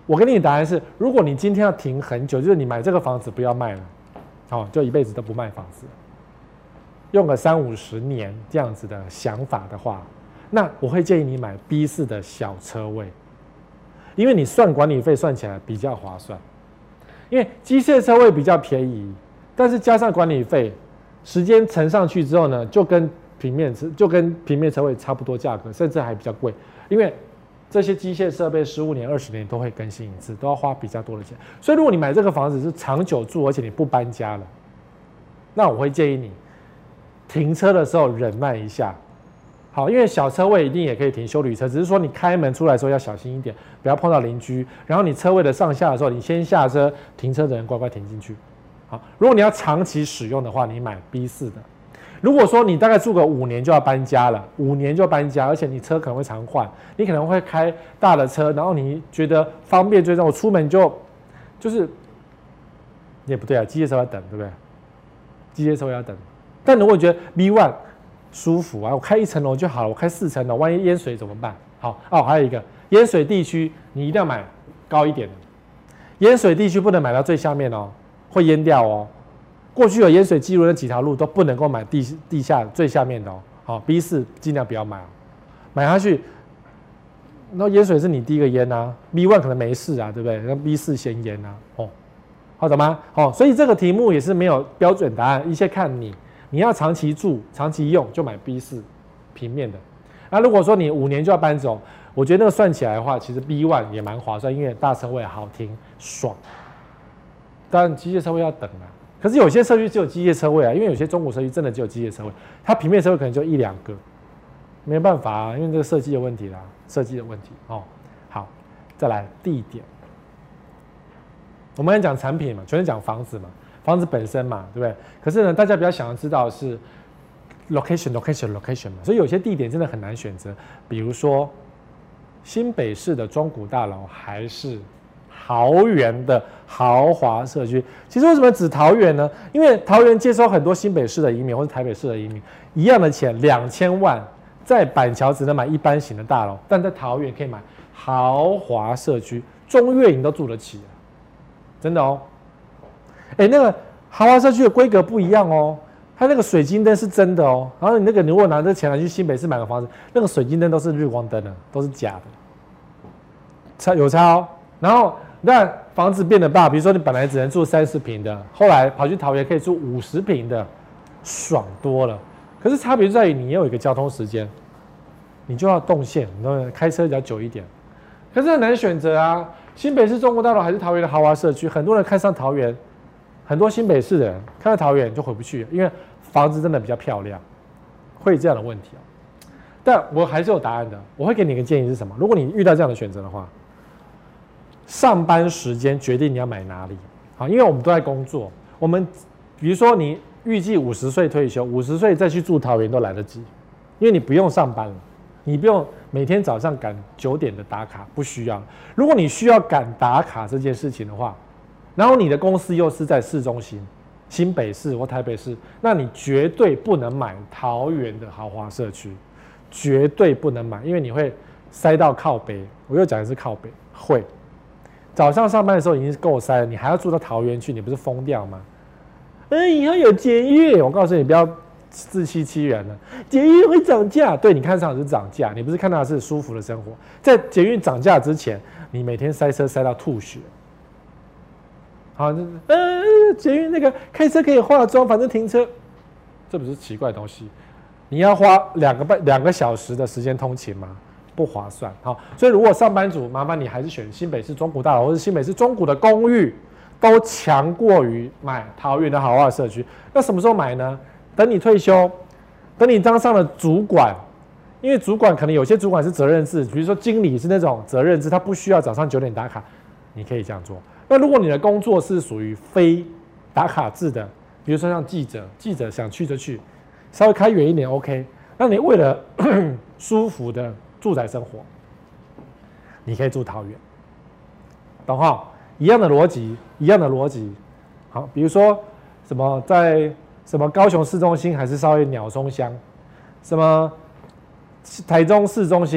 Speaker 1: 我给你的答案是，如果你今天要停很久，就是你买这个房子不要卖了，好、哦，就一辈子都不卖房子，用个三五十年这样子的想法的话，那我会建议你买 B 四的小车位，因为你算管理费算起来比较划算，因为机械车位比较便宜，但是加上管理费，时间乘上去之后呢，就跟平面车就跟平面车位差不多价格，甚至还比较贵，因为这些机械设备十五年、二十年都会更新一次，都要花比较多的钱。所以，如果你买这个房子是长久住，而且你不搬家了，那我会建议你停车的时候忍耐一下。好，因为小车位一定也可以停休旅车，只是说你开门出来的时候要小心一点，不要碰到邻居。然后你车位的上下的时候，你先下车，停车的人乖乖停进去。好，如果你要长期使用的话，你买 B 四的。如果说你大概住个五年就要搬家了，五年就要搬家，而且你车可能会常换，你可能会开大的车，然后你觉得方便，最终我出门就就是也不对啊，机械车要等，对不对？机械车要等，但如果你觉得 B 一 舒服啊，我开一层楼就好了，我开四层楼，万一淹水怎么办？好哦，还有一个淹水地区，你一定要买高一点的，淹水地区不能买到最下面哦，会淹掉哦。过去有淹水记录的几条路都不能够买 地, 地下最下面的哦，好 B 四尽量不要买哦，买下去，那淹水是你第一个淹啊 ，B 一 可能没事啊，对不对？那 B 四先淹啊，哦，好懂吗？哦，所以这个题目也是没有标准答案，一切看你，你要长期住、长期用就买 B 四平面的。那如果说你五年就要搬走，我觉得那个算起来的话，其实 B 一 也蛮划算，因为大车位好停爽，当然机械车位要等啊。可是有些社区只有机械车位啊，因为有些中古社区真的只有机械车位，它平面车位可能就一两个，没办法啊，因为这个设计的问题啦，设计的问题哦。好，再来地点，我们讲产品嘛，全是讲房子嘛，房子本身嘛，对不对？可是呢，大家比较想要知道的是 location location location 嘛，所以有些地点真的很难选择，比如说新北市的中古大楼还是桃园的豪华社区。其实为什么指桃园呢？因为桃园接收很多新北市的移民或者台北市的移民，一样的钱两千万，在板桥只能买一般型的大楼，但在桃园可以买豪华社区，中越营都住得起，真的哦。哎，那个豪华社区的规格不一样哦，它那个水晶灯是真的哦，然后你那个你如果拿这钱来去新北市买个房子，那个水晶灯都是日光灯的，都是假的，差有差哦。然后那房子变得大，比如说你本来只能住三十坪的，后来跑去桃园可以住五十坪的，爽多了。可是差别就在于你也有一个交通时间，你就要动线，你开车比较久一点。可是很难选择啊，新北市中国大楼还是桃园的豪华社区，很多人看上桃园，很多新北市的人看到桃园就回不去了，因为房子真的比较漂亮，会有这样的问题啊。但我还是有答案的，我会给你一个建议是什么？如果你遇到这样的选择的话，上班时间决定你要买哪里。好，因为我们都在工作，我们比如说你预计五十岁退休，五十岁再去住桃园都来得及，因为你不用上班了，你不用每天早上赶九点的打卡，不需要。如果你需要赶打卡这件事情的话，然后你的公司又是在市中心，新北市或台北市，那你绝对不能买桃园的豪华社区，绝对不能买，因为你会塞到靠北。我又讲的是靠北，会。早上上班的时候已经是够塞了，你还要住到桃园去，你不是疯掉吗？嗯，以后有捷运，我告诉你不要自欺欺人了，捷运会涨价。对，你看上的是涨价，你不是看到的是舒服的生活。在捷运涨价之前，你每天塞车塞到吐血。好，呃，捷运那个开车可以化妆，反正停车，这不是奇怪的东西。你要花两个半两个小时的时间通勤吗？不划算。好，所以如果上班族，麻烦你还是选新北市中古大楼或者新北市中古的公寓，都强过于买桃园的豪华社区。那什么时候买呢？等你退休，等你当上了主管，因为主管可能有些主管是责任制，比如说经理是那种责任制，他不需要早上九点打卡，你可以这样做。那如果你的工作是属于非打卡制的，比如说像记者，记者想去就去，稍微开远一点 OK。那你为了舒服的住宅生活，你可以住桃园，懂哈？一样的逻辑，一样的逻辑。好，比如说什么在什么高雄市中心，还是稍微鸟松乡，什么台中市中心，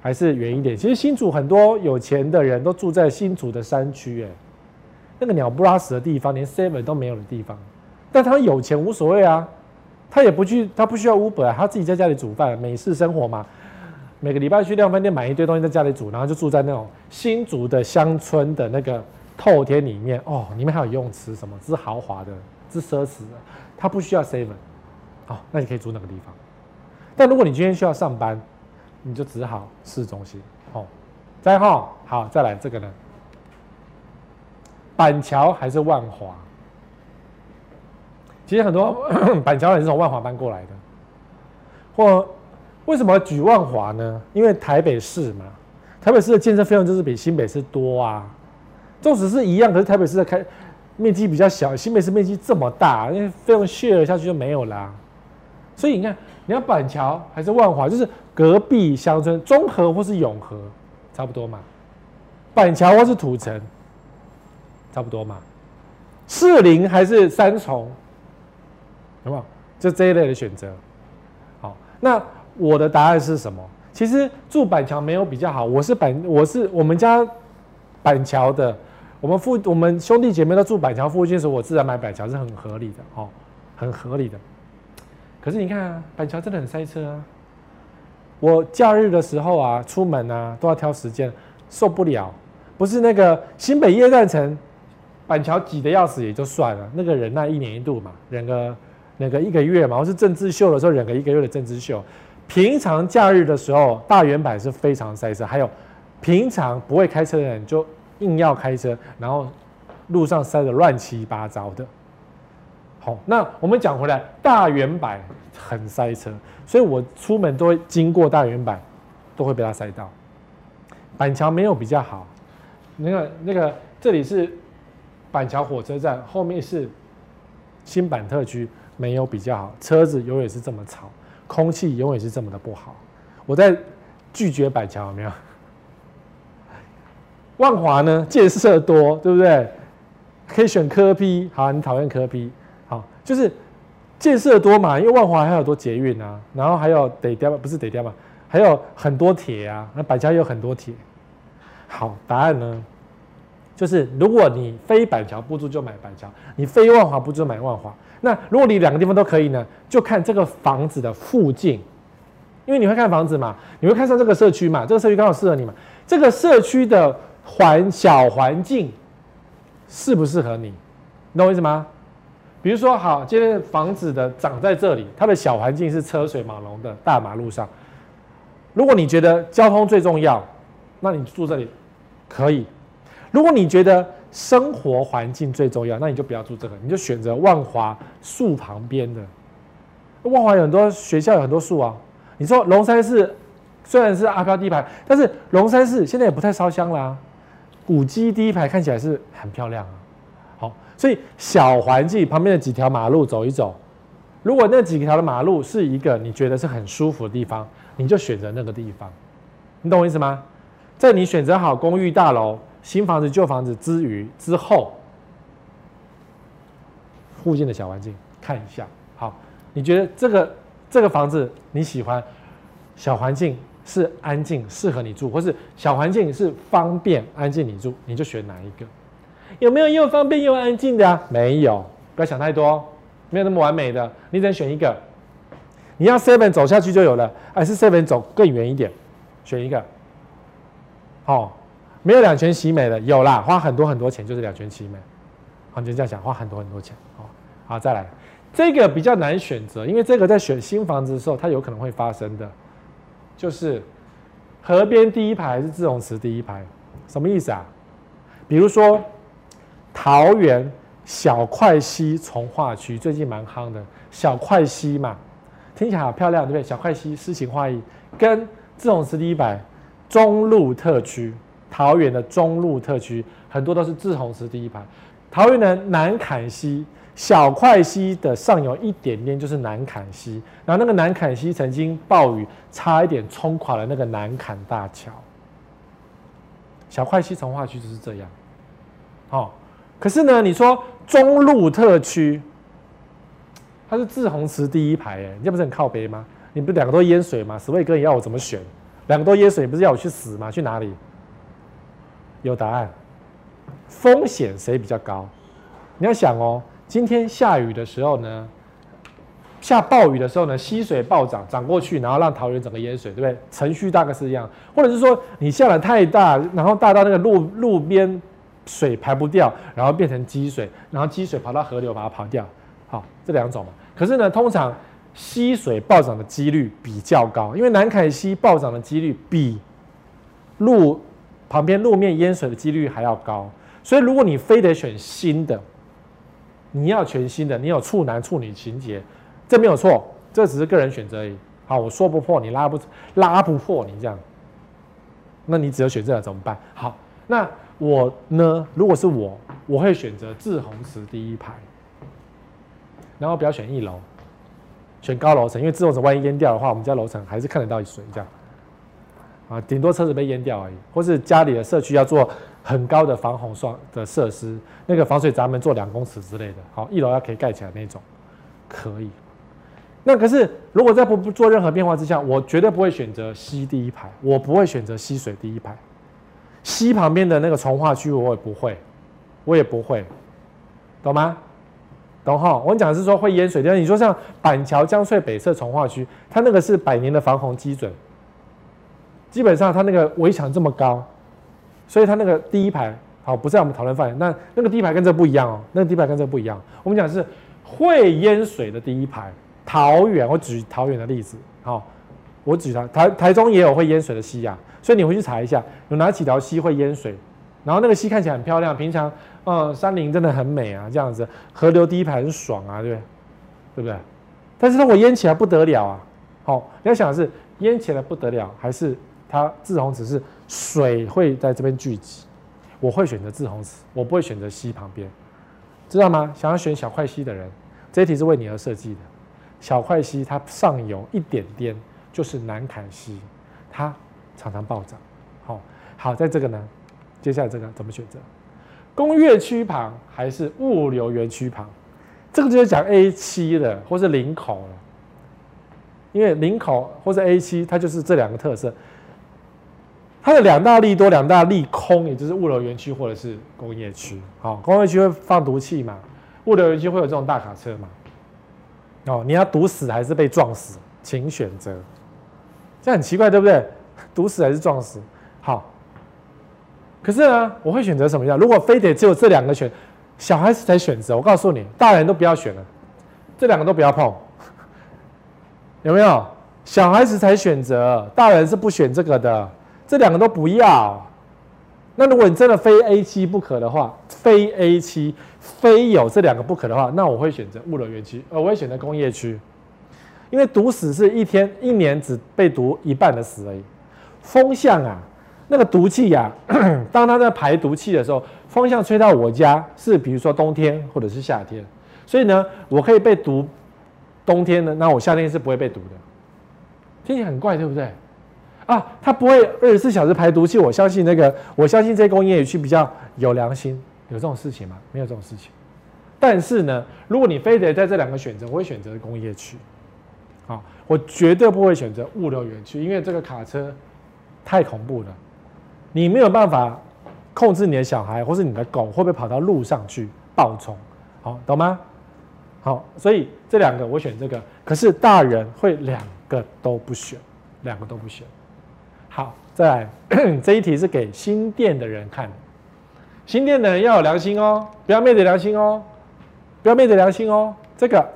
Speaker 1: 还是远一点？其实新竹很多有钱的人都住在新竹的山区，哎，那个鸟不拉屎的地方，连 seven 都没有的地方，但他有钱无所谓啊，他也不去，他不需要 Uber， 他自己在家里煮饭，美式生活嘛。每个礼拜去量贩店买一堆东西在家里煮，然后就住在那种新竹的乡村的那个透天里面哦，里面还有游泳池什么，之豪华的，之奢侈的，他不需要 seven， 哦，那你可以住那个地方。但如果你今天需要上班，你就只好市中心哦。再哈，好，再来这个呢，板桥还是万华？其实很多板桥人是从万华搬过来的，或为什么举万华呢？因为台北市嘛，台北市的建设费用就是比新北市多啊。纵使是一样，可是台北市的开面积比较小，新北市面积这么大，因为费用 share 下去就没有啦。所以你看，你要板桥还是万华，就是隔壁乡村，中和或是永和，差不多嘛。板桥或是土城，差不多嘛。士林还是三重，有没有？就这一类的选择。好，那我的答案是什么？其实住板桥没有比较好，我是板，我是我们家板桥的，我们附我们兄弟姐妹都住板桥附近的时候，我自然买板桥是很合理的哦，很合理的。可是你看啊，板桥真的很塞车啊！我假日的时候啊，出门啊都要挑时间，受不了。不是那个新北耶诞城，板桥挤得要死也就算了，那个忍耐一年一度嘛，忍个那个一个月嘛，或是政治秀的时候忍个一个月的政治秀。平常假日的时候，大圆柏是非常塞车，还有平常不会开车的人就硬要开车，然后路上塞得乱七八糟的。好，那我们讲回来，大圆柏很塞车，所以我出门都会经过大圆柏，都会被它塞到。板桥没有比较好，那个那个这里是板桥火车站，后面是新板特区，没有比较好，车子永远是这么吵。空气永远是这么的不好，我在拒绝板桥有没有？万华呢，建设多，对不对？可以选科 P， 好，你讨厌科 P， 好，就是建设多嘛，因为万华还有很多捷运啊，然后还有得掉不是得掉嘛，还有很多铁啊，那板桥也有很多铁。好，答案呢，就是如果你非板桥不住就买板桥，你非万华不住就买万华。那如果你两个地方都可以呢，就看这个房子的附近，因为你会看房子嘛，你会看上这个社区嘛，这个社区刚好适合你嘛，这个社区的环小环境适不适合你，你懂我意思吗？比如说，好，今天房子的长在这里，它的小环境是车水马龙的大马路上，如果你觉得交通最重要，那你住这里可以；如果你觉得生活环境最重要，那你就不要住这个，你就选择万华树旁边的。万华有很多学校，有很多树啊。你说龙山寺虽然是阿飘第一排，但是龙山寺现在也不太烧香啦。古迹第一排看起来是很漂亮啊。好，所以小环境旁边的几条马路走一走，如果那几条的马路是一个你觉得是很舒服的地方，你就选择那个地方。你懂我意思吗？在你选择好公寓大楼、新房子、旧房子之余之后，附近的小环境看一下。好，你觉得这个这个房子你喜欢，小环境是安静适合你住，或是小环境是方便安静你住，你就选哪一个？有没有又方便又安静的啊？没有，不要想太多，没有那么完美的，你只能选一个。你要 seven 走下去就有了，还是 seven 走更远一点？选一个。哦，没有两全其美的，有啦，花很多很多钱就是两全其美。好，你就这样想，花很多很多钱。哦，好，再来，这个比较难选择，因为这个在选新房子的时候，它有可能会发生的，就是河边第一排还是自融池第一排，什么意思啊？比如说桃园小块溪从化区最近蛮夯的，小块溪嘛，听起来好漂亮，对不对？小块溪诗情画意，跟自融池第一排。中路特区，桃园的中路特区很多都是自红池第一排。桃园的南坎溪、小块溪的上游一点点就是南坎溪，然后那个南坎溪曾经暴雨差一点冲垮了那个南坎大桥。小块溪从化区就是这样。哦，可是呢，你说中路特区，它是自红池第一排，哎，你这不是很靠北吗？你不两个都淹水吗？史卫哥，你要我怎么选？ 两个都淹水，不是要我去死吗？去哪里？有答案。风险谁比较高？你要想哦，今天下雨的时候呢，下暴雨的时候呢，溪水暴涨，涨过去，然后让桃园整个淹水，对不对？程序大概是一样，或者是说你下的太大，然后大到那个路路边水排不掉，然后变成积水，然后积水跑到河流把它跑掉，好，这两种嘛。可是呢，通常溪水暴涨的几率比较高，因为南凯溪暴涨的几率比路旁边路面淹水的几率还要高，所以如果你非得选新的，你要全新的，你有处男处女情节，这没有错，这只是个人选择而已。好，我说不破你拉不拉不破你这样，那你只有选这个怎么办？好，那我呢？如果是我，我会选择滞洪池第一排，然后不要选一楼，选高楼层，因为滞洪池万一淹掉的话，我们家楼层还是看得到水这样。啊，顶多车子被淹掉而已，或是家里的社区要做很高的防洪双的设施，那个防水闸门做两公尺之类的，好，一楼要可以盖起来那种，可以。那可是如果在不不做任何变化之下，我绝对不会选择溪第一排，我不会选择溪水第一排，溪旁边的那个从化区我也不会，我也不会，懂吗？懂哈？我讲的是说会淹水的，你说像板桥江翠北侧从化区，它那个是百年的防洪基准。基本上它那个围墙这么高，所以它那个第一排好不在我们讨论范围。那那个第一排跟这不一样哦，那个第一排跟这不一样。我们讲的是会淹水的第一排。桃园，我举桃园的例子，好，我举台台台中也有会淹水的溪啊，所以你回去查一下，有哪几条溪会淹水，然后那个溪看起来很漂亮，平常呃山林真的很美啊，这样子河流第一排很爽啊，对不对？对不对？但是如果淹起来不得了啊，好，你要想的是淹起来不得了，还是它滞洪池是水会在这边聚集，我会选择滞洪池，我不会选择溪旁边，知道吗？想要选小块溪的人，这一题是为你而设计的。小块溪它上游一点点就是南凯溪，它常常暴涨。好，好，在这个呢，接下来这个怎么选择？工业区旁还是物流园区旁？这个就是讲 A 七的，或是林口了。因为林口或是 A 七，它就是这两个特色。它的两大利多、两大利空，也就是物流园区或者是工业区。好，工业区会放毒气嘛，物流园区会有这种大卡车嘛。哦，你要堵死还是被撞死，请选择。这很奇怪，对不对？堵死还是撞死？好，可是呢，我会选择什么样？如果非得只有这两个选，小孩子才选择，我告诉你，大人都不要选了，这两个都不要碰，有没有？小孩子才选择，大人是不选这个的，这两个都不要。那如果你真的非 A 七不可的话，非 A 七非有这两个不可的话，那我会选择物流园区，呃，我会选择工业区，因为毒死是一天一年只被毒一半的死而已。风向啊，那个毒气啊，当它在排毒气的时候，风向吹到我家是比如说冬天或者是夏天，所以呢，我可以被毒冬天呢，那我夏天是不会被毒的。听起来很怪，对不对？啊，它不会二十四小时排毒气，我相信那个，我相信这些工业区比较有良心，有这种事情吗？没有这种事情。但是呢，如果你非得在这两个选择，我会选择工业区。好，我绝对不会选择物流园区，因为这个卡车太恐怖了，你没有办法控制你的小孩或是你的狗会不会跑到路上去暴冲，好，懂吗？好，所以这两个我选这个，可是大人会两个都不选，两个都不选。好，再来这一题是给新店的人看的，新店的人要有良心哦，不要昧着良心哦，不要昧着良心哦。这个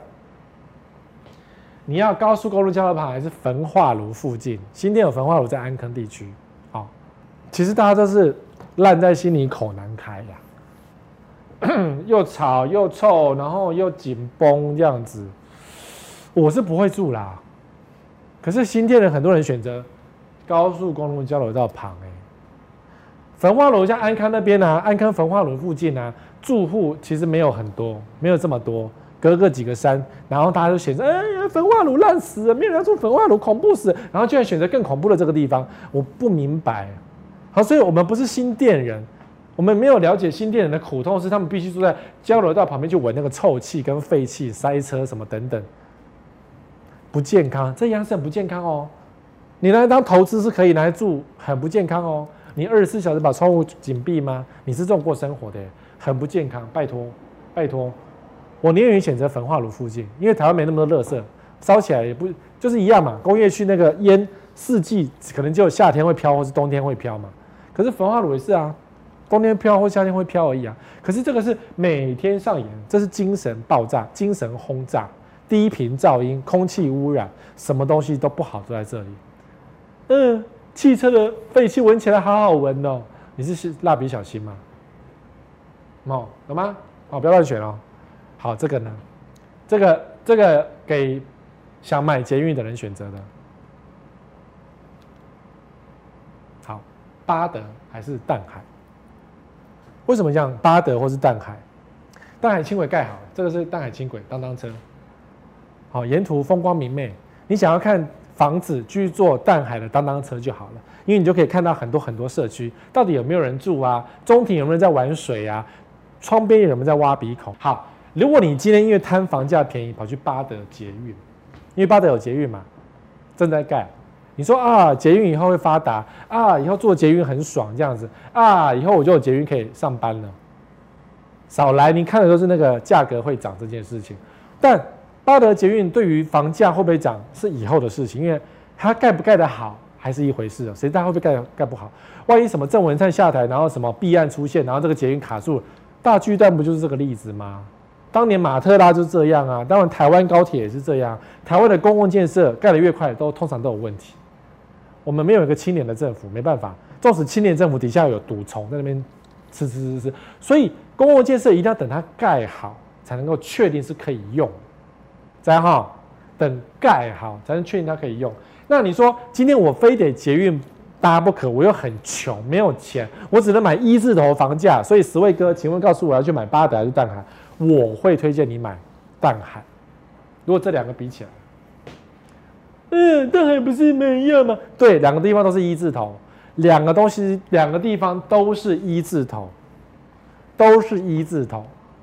Speaker 1: 你要高速公路交流旁还是焚化炉附近？新店有焚化炉在安坑地区。好，其实大家都是烂在心里口难开呀，又吵又臭，然后又紧绷这样子，我是不会住啦。可是新店的很多人选择高速公路交流道旁、欸，焚化炉像安康那边啊，安康焚化炉附近啊，住户其实没有很多，没有这么多，隔个几个山，然后大家都选择，哎呀，焚化炉烂死了，没有人要住焚化炉，恐怖死了，然后居然选择更恐怖的这个地方，我不明白。好，所以我们不是新店人，我们没有了解新店人的苦痛，是他们必须住在交流道旁边去闻那个臭气跟废气、塞车什么等等，不健康，这样是很不健康哦。 你拿来当投资是可以，拿来住很不健康哦。你二十四小时把窗户紧闭吗？你是这种过生活的，很不健康。拜托，拜托，我宁愿选择焚化炉附近，因为台湾没那么多垃圾，烧起来也不就是一样嘛。工业区那个烟，四季可能只有夏天会飘，或是冬天会飘嘛。可是焚化炉也是啊，冬天飘或夏天会飘而已啊。可是这个是每天上演，这是精神爆炸、精神轰炸、低频噪音、空气污染，什么东西都不好都在这里。嗯，汽车的废气闻起来好好闻哦。你是蜡笔小新吗？哦，懂吗？哦，不要乱选哦。好，这个呢？这个这个给想买捷运的人选择的。好，八德还是淡海？为什么讲八德或是淡海？淡海轻轨盖好，这个是淡海轻轨当当车。好，沿途风光明媚。你想要看房子，去坐淡海的当当车就好了，因为你就可以看到很多很多社区，到底有没有人住啊？中庭有没有人在玩水啊？窗边有没有在挖鼻孔？好，如果你今天因为贪房价便宜跑去八德捷运，因为八德有捷运嘛，正在盖，你说啊，捷运以后会发达啊，以后坐捷运很爽这样子啊，以后我就有捷运可以上班了。少来，你看的都是那个价格会涨这件事情，但八德捷运对于房价会不会涨是以后的事情，因为它盖不盖得好还是一回事，谁知道会不会盖盖不好？万一什么郑文灿下台，然后什么弊案出现，然后这个捷运卡住，大巨蛋不就是这个例子吗？当年马特拉就是这样啊，当然台湾高铁也是这样，台湾的公共建设盖得越快，都通常都有问题。我们没有一个清廉的政府，没办法，纵使清廉政府底下有毒虫在那边吃吃吃吃，所以公共建设一定要等它盖好，才能够确定是可以用。这样哈，等盖好才能确定它可以用。那你说今天我非得捷运搭不可，我又很穷，没有钱，我只能买一字头房价。所以十位哥，请问告诉我要去买八德还是淡海？我会推荐你买淡海。如果这两个比起来，嗯，淡海不是没有吗？对，两个地方都是一字头，两个东西，两个地方都是一字头，都是一字头。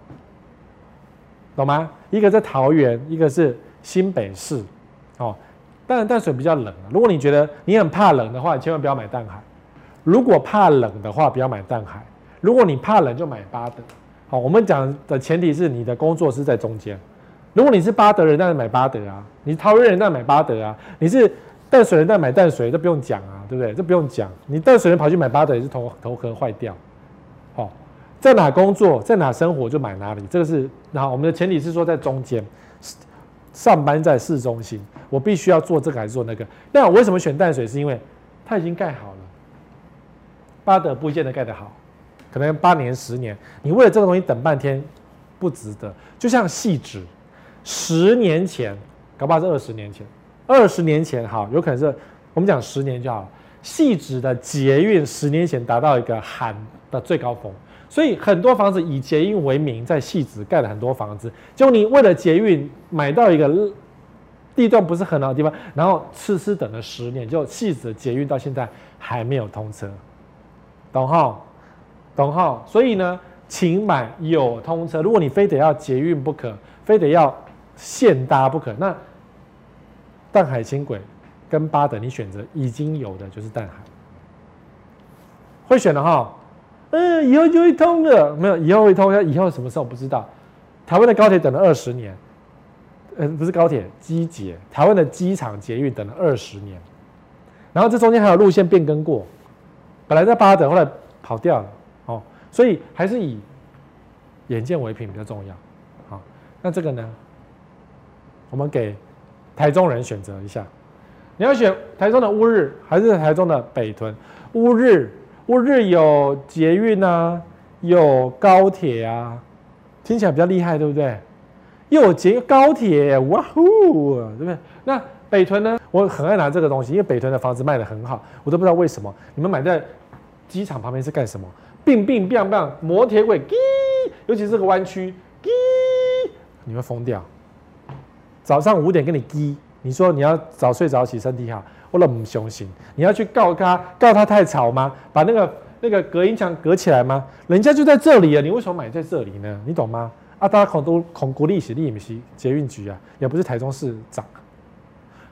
Speaker 1: 懂吗？一个在桃园，一个是新北市，哦，当然淡水比较冷啊。如果你觉得你很怕冷的话，你千万不要买淡海。如果怕冷的话，不要买淡海。如果你怕冷，就买八德。好，我们讲的前提是你的工作是在中间。如果你是八德人，当然买八德啊；你是桃园人，当然买八德啊；你是淡水人，当然买淡水，这不用讲啊，对不对？这不用讲。你淡水人跑去买八德，也是头头壳坏掉。好。在哪工作，在哪生活就买哪里，这个是。然后我们的前提是说在中间，上班在市中心，我必须要做这个还是做那个。那我为什么选淡水？是因为它已经盖好了，八德不见得盖得好，可能八年十年，你为了这个东西等半天，不值得。就像汐止，十年前，搞不好是二十年前，二十年前好，有可能是我们讲十年就好了。汐止的捷运十年前达到一个喊的最高峰。所以很多房子以捷运为名，在汐止盖了很多房子。结果你为了捷运买到一个地段不是很好的地方，然后痴痴等了十年，就汐止的捷运到现在还没有通车，懂哈？懂哈？所以呢，请买有通车。如果你非得要捷运不可，非得要现搭不可，那淡海轻轨跟八德你选择已经有的就是淡海，会选的哈。嗯，以后就会通了，没有以后会通，以后什么时候不知道。台湾的高铁等了二十年，呃，不是高铁，机捷，台湾的机场捷运等了二十年，然后这中间还有路线变更过，本来在八德，后来跑掉了，哦，所以还是以眼见为凭比较重要。好，那这个呢，我们给台中人选择一下，你要选台中的乌日还是台中的北屯？乌日。乌日有捷运啊，有高铁啊，听起来比较厉害，对不对？又有捷高铁，哇呼，对不对？那北屯呢？我很爱拿这个东西，因为北屯的房子卖得很好，我都不知道为什么。你们买在机场旁边是干什么？并并并并，摩铁轨，尤其是这个弯曲，你会疯掉。早上五点跟你滴，你说你要早睡早起，身体好。我都不相信，你要去告他，告他太吵吗？把那个那个隔音墙隔起来吗？人家就在这里啊，你为什么买在这里呢？你懂吗？啊，大家恐都恐国立是立不是捷运局啊，也不是台中市长，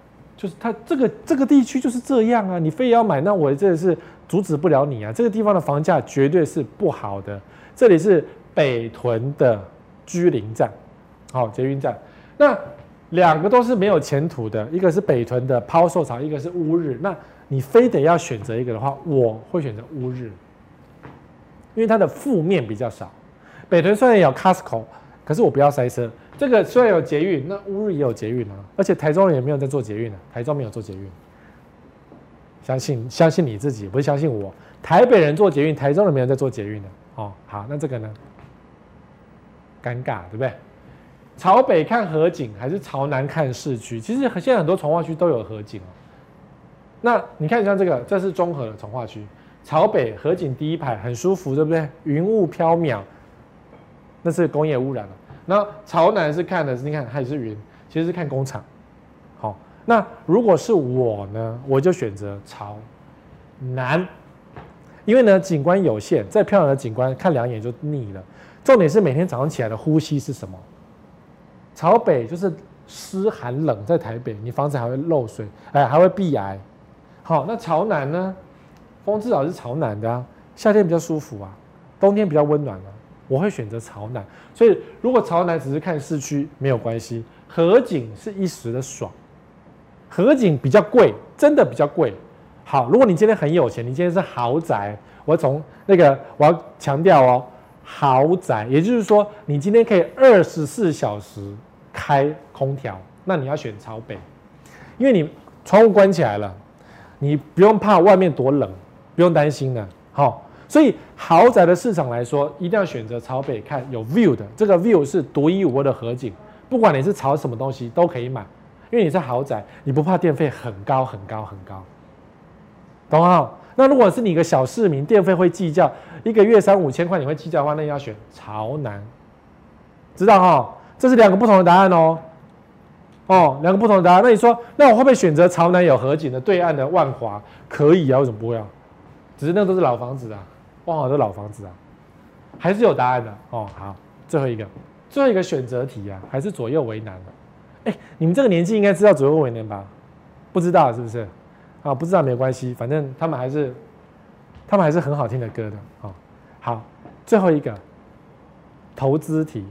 Speaker 1: 就是它这个这个地区就是这样啊，你非要买，那我真的是阻止不了你啊。这个地方的房价绝对是不好的。这里是北屯的居林站，好、哦、捷运站。那两个都是没有前途的，一个是北屯的抛售潮，一个是乌日。那你非得要选择一个的话，我会选择乌日，因为它的负面比较少。北屯虽然有 Costco， 可是我不要塞车。这个虽然有捷运，那乌日也有捷运啊，而且台中人也没有在做捷运啊，台中没有做捷运。相信相信你自己，不是相信我。台北人做捷运，台中人没有在做捷运的哦。好，那这个呢？尴尬，对不对？朝北看河景还是朝南看市区？其实现在很多从化区都有河景哦。那你看像这个，这是中和的从化区，朝北河景第一排很舒服，对不对？云雾飘渺，那是工业污染了。然后朝南是看的是，你看它也是云，其实是看工厂。好，那如果是我呢，我就选择朝南，因为呢景观有限，再漂亮的景观看两眼就腻了。重点是每天早上起来的呼吸是什么？朝北就是湿寒冷，在台北你房子还会漏水，哎，还会避癌。好，那朝南呢？风至少是朝南的啊，夏天比较舒服啊，冬天比较温暖啊。我会选择朝南，所以如果朝南只是看市区没有关系，河景是一时的爽，河景比较贵，真的比较贵。好，如果你今天很有钱，你今天是豪宅，我从那个我要强调哦，豪宅，也就是说你今天可以二十四小时开空调，那你要选朝北，因为你窗户关起来了，你不用怕外面多冷，不用担心的。好。所以豪宅的市场来说，一定要选择朝北看有 view 的，这个 view 是独一无二的河景，不管你是朝什么东西都可以买，因为你是豪宅，你不怕电费很高很高很高，懂吗？那如果是你一个小市民，电费会计较，一个月三五千块你会计较的话，那你要选朝南，知道哈？这是两个不同的答案哦，哦，两个不同的答案。那你说，那我会不会选择朝南有河景的对岸的万华？可以啊，为什么不会啊？只是那都是老房子啊。万华都老房子啊，还是有答案的哦。好，最后一个，最后一个选择题啊，还是左右为难的。哎，你们这个年纪应该知道左右为难吧？不知道是不是？啊，不知道没有关系，反正他们还是，他们还是很好听的歌的哦。好，最后一个投资题，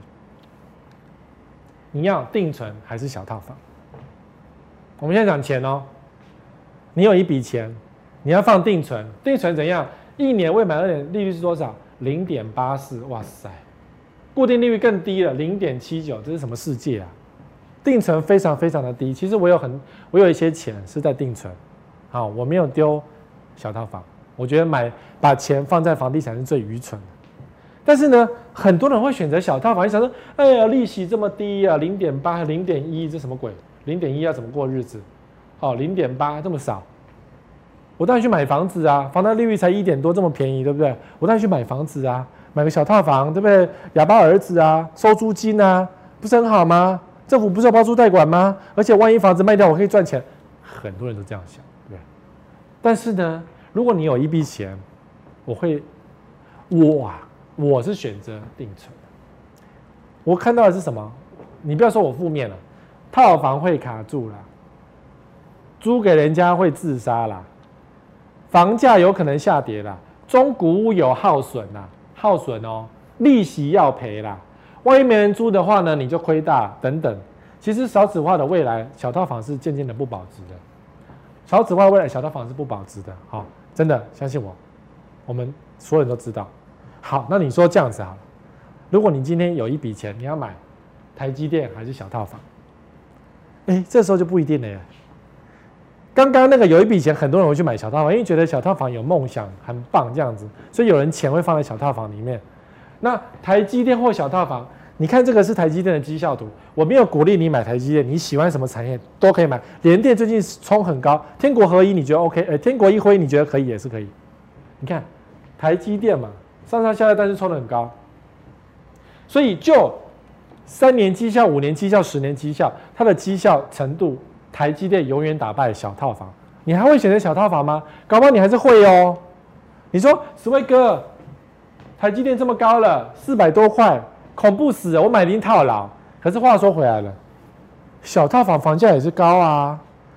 Speaker 1: 你要定存还是小套房？我们现在讲钱哦，你有一笔钱，你要放定存，定存怎样？一年未满二年利率是多少？零点八四，哇塞！固定利率更低了，零点七九，这是什么世界啊？定存非常非常的低。其实我有很，我有一些钱是在定存，好，我没有丢小套房。我觉得买把钱放在房地产是最愚蠢的。但是呢，很多人会选择小套房，你想说，哎呀，利息这么低啊，零点八、零点一，这什么鬼？零点一要怎么过日子？哦，零点八这么少。我当然去买房子啊，房贷利率才一点多，这么便宜，对不对？我当然去买房子啊，买个小套房，对不对？哑巴儿子啊，收租金啊，不是很好吗？政府不是有包租代管吗？而且万一房子卖掉，我可以赚钱。很多人都这样想，对不对？但是呢，如果你有一笔钱，我会，我啊，我是选择定存。我看到的是什么？你不要说我负面了，套房会卡住啦，租给人家会自杀啦。房价有可能下跌啦，中古屋有耗损啦，耗损哦，利息要赔啦，万一没人租的话呢，你就亏大等等。其实少子化的未来，小套房是渐渐的不保值的。少子化未来，小套房是不保值的，好、哦，真的相信我，我们所有人都知道。好，那你说这样子好了，如果你今天有一笔钱，你要买台积电还是小套房？哎，这时候就不一定了耶。刚刚那个有一笔钱，很多人会去买小套房，因为觉得小套房有梦想，很棒这样子，所以有人钱会放在小套房里面。那台积电或小套房，你看这个是台积电的绩效图，我没有鼓励你买台积电，你喜欢什么产业都可以买。联电最近冲很高，天国合一你觉得 OK？ 呃，天国一辉你觉得可以也是可以。你看台积电嘛，上上下下但是冲得很高，所以就三年绩效、五年绩效、十年绩效，它的绩效程度。台积电永远打败小套房，你还会选择小套房吗？搞不好你还是会哦。你说史威哥，台积电这么高了，四百多块，恐怖死了！我买零套牢。可是话说回来了，小套房房价也是高啊。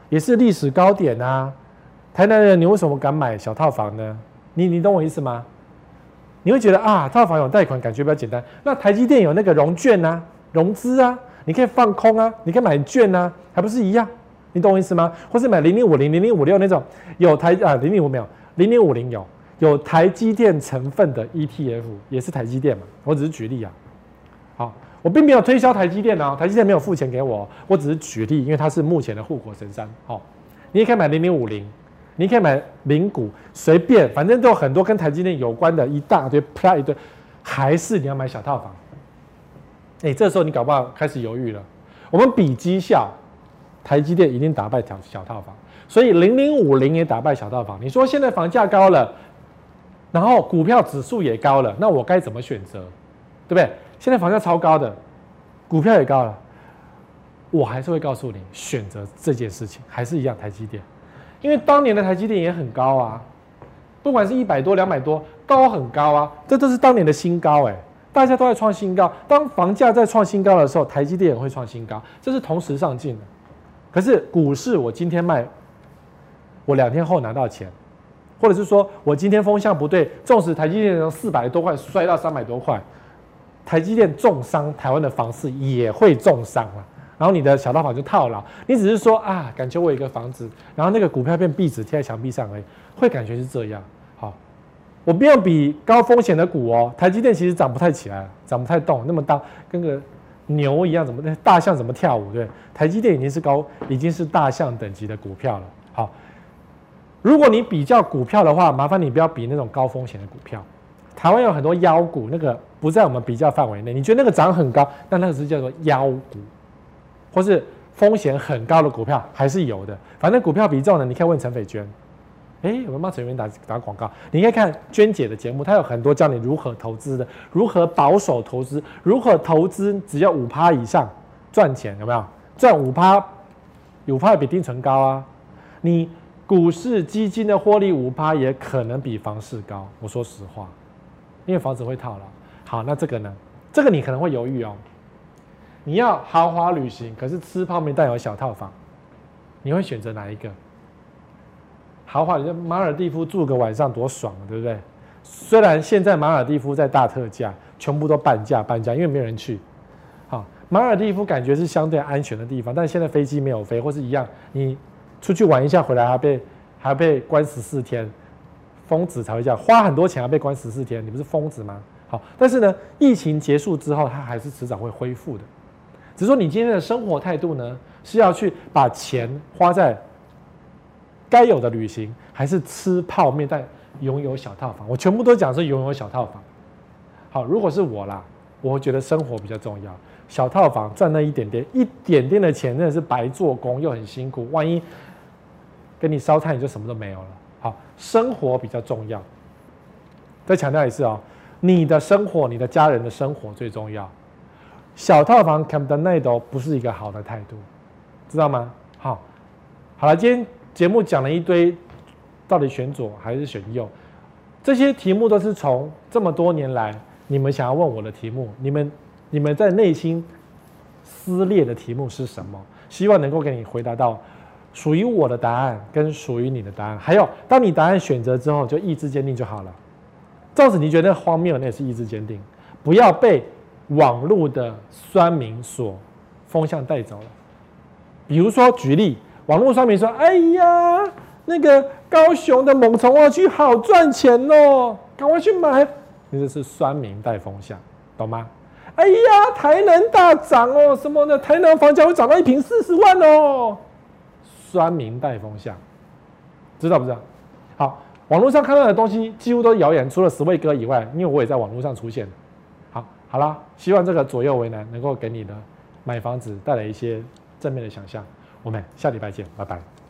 Speaker 1: 也是历史高点啊。台南人，你为什么敢买小套房呢？你你懂我意思吗？你会觉得啊，套房有贷款，感觉比较简单。那台积电有那个融券啊，融资啊，你可以放空啊，你可以买券啊，还不是一样？你懂我意思吗？或是买零零五零、零零五六那种有台啊零零五没有，零零五零有有台积电成分的 E T F， 也是台积电嘛。我只是举例啊。好，我并没有推销台积电啊，台积电没有付钱给我，我只是举例，因为它是目前的护国神山。好，你也可以买零零五零。你可以买零股，随便，反正都有很多跟台积电有关的一大堆，啪一堆，还是你要买小套房？哎、欸，这时候你搞不好开始犹豫了。我们比绩效，台积电一定打败小套房，所以零零五零也打败小套房。你说现在房价高了，然后股票指数也高了，那我该怎么选择？对不对？现在房价超高的，股票也高了，我还是会告诉你，选择这件事情还是一样，台积电。因为当年的台积电也很高啊，不管是一百多、两百多，都很高啊，这都是当年的新高哎、欸，大家都在创新高。当房价在创新高的时候，台积电也会创新高，这是同时上进的。可是股市，我今天卖，我两天后拿到钱，或者是说我今天风向不对，纵使台积电从四百多块摔到三百多块，台积电重伤台湾的房市也会重伤啊。然后你的小套房就套牢，你只是说啊，感觉我有一个房子，然后那个股票变壁纸贴在墙壁上而已，会感觉是这样。好，我不要比高风险的股哦，台积电其实涨不太起来，涨不太动，那么大跟个牛一样，怎么大象怎么跳舞？对，台积电已经是高，已经是大象等级的股票了。好，如果你比较股票的话，麻烦你不要比那种高风险的股票。台湾有很多妖股，那个不在我们比较范围内，你觉得那个涨很高，但那个是叫做妖股。或是风险很高的股票还是有的，反正股票比重呢，你可以问陈斐娟。哎、欸，我们帮陈斐娟打打广告，你可以看娟姐的节目，她有很多教你如何投资的，如何保守投资，如何投资只要五趴以上赚钱，有没有？赚五趴，五趴比定存高啊。你股市基金的获利五趴也可能比房市高，我说实话，因为房子会套牢。好，那这个呢？这个你可能会犹豫哦。你要豪华旅行，可是吃泡面但有小套房，你会选择哪一个？豪华，你在马尔地夫住个晚上多爽啊，对不对？虽然现在马尔地夫在大特价，全部都半价半价，因为没有人去。好，马尔地夫感觉是相对安全的地方，但现在飞机没有飞，或是一样，你出去玩一下回来还被还被关十四天，疯子才会这样，花很多钱还被关十四天，你不是疯子吗？好，但是呢，疫情结束之后，它还是迟早会恢复的。只是说你今天的生活态度呢，是要去把钱花在该有的旅行，还是吃泡面但拥有小套房？我全部都讲是拥有小套房。好，如果是我啦，我会觉得生活比较重要。小套房赚那一点点，一点点的钱真的是白做工又很辛苦，万一跟你烧炭你就什么都没有了。好，生活比较重要。再强调一次哦，你的生活，你的家人的生活最重要。小套房 Camdenado 不是一个好的态度，知道吗？好，好了，今天节目讲了一堆，到底选左还是选右？这些题目都是从这么多年来你们想要问我的题目，你们你们在内心撕裂的题目是什么？希望能够给你回答到属于我的答案跟属于你的答案。还有，当你答案选择之后，就意志坚定就好了。纵使你觉得荒谬，那也是意志坚定，不要被网络的酸民所风向带走了。比如说举例，网络酸民说：“哎呀，那个高雄的猛虫蛙区好赚钱哦，赶快去买。”你这是酸民带风向，懂吗？哎呀，台南大涨哦，什么的，台南房价会涨到一坪四十万哦，酸民带风向，知道不知道？好，网络上看到的东西几乎都是谣言，除了十位哥以外，因为我也在网络上出现。好啦，希望这个左右为难能够给你的买房子带来一些正面的想象。我们下礼拜见，拜拜。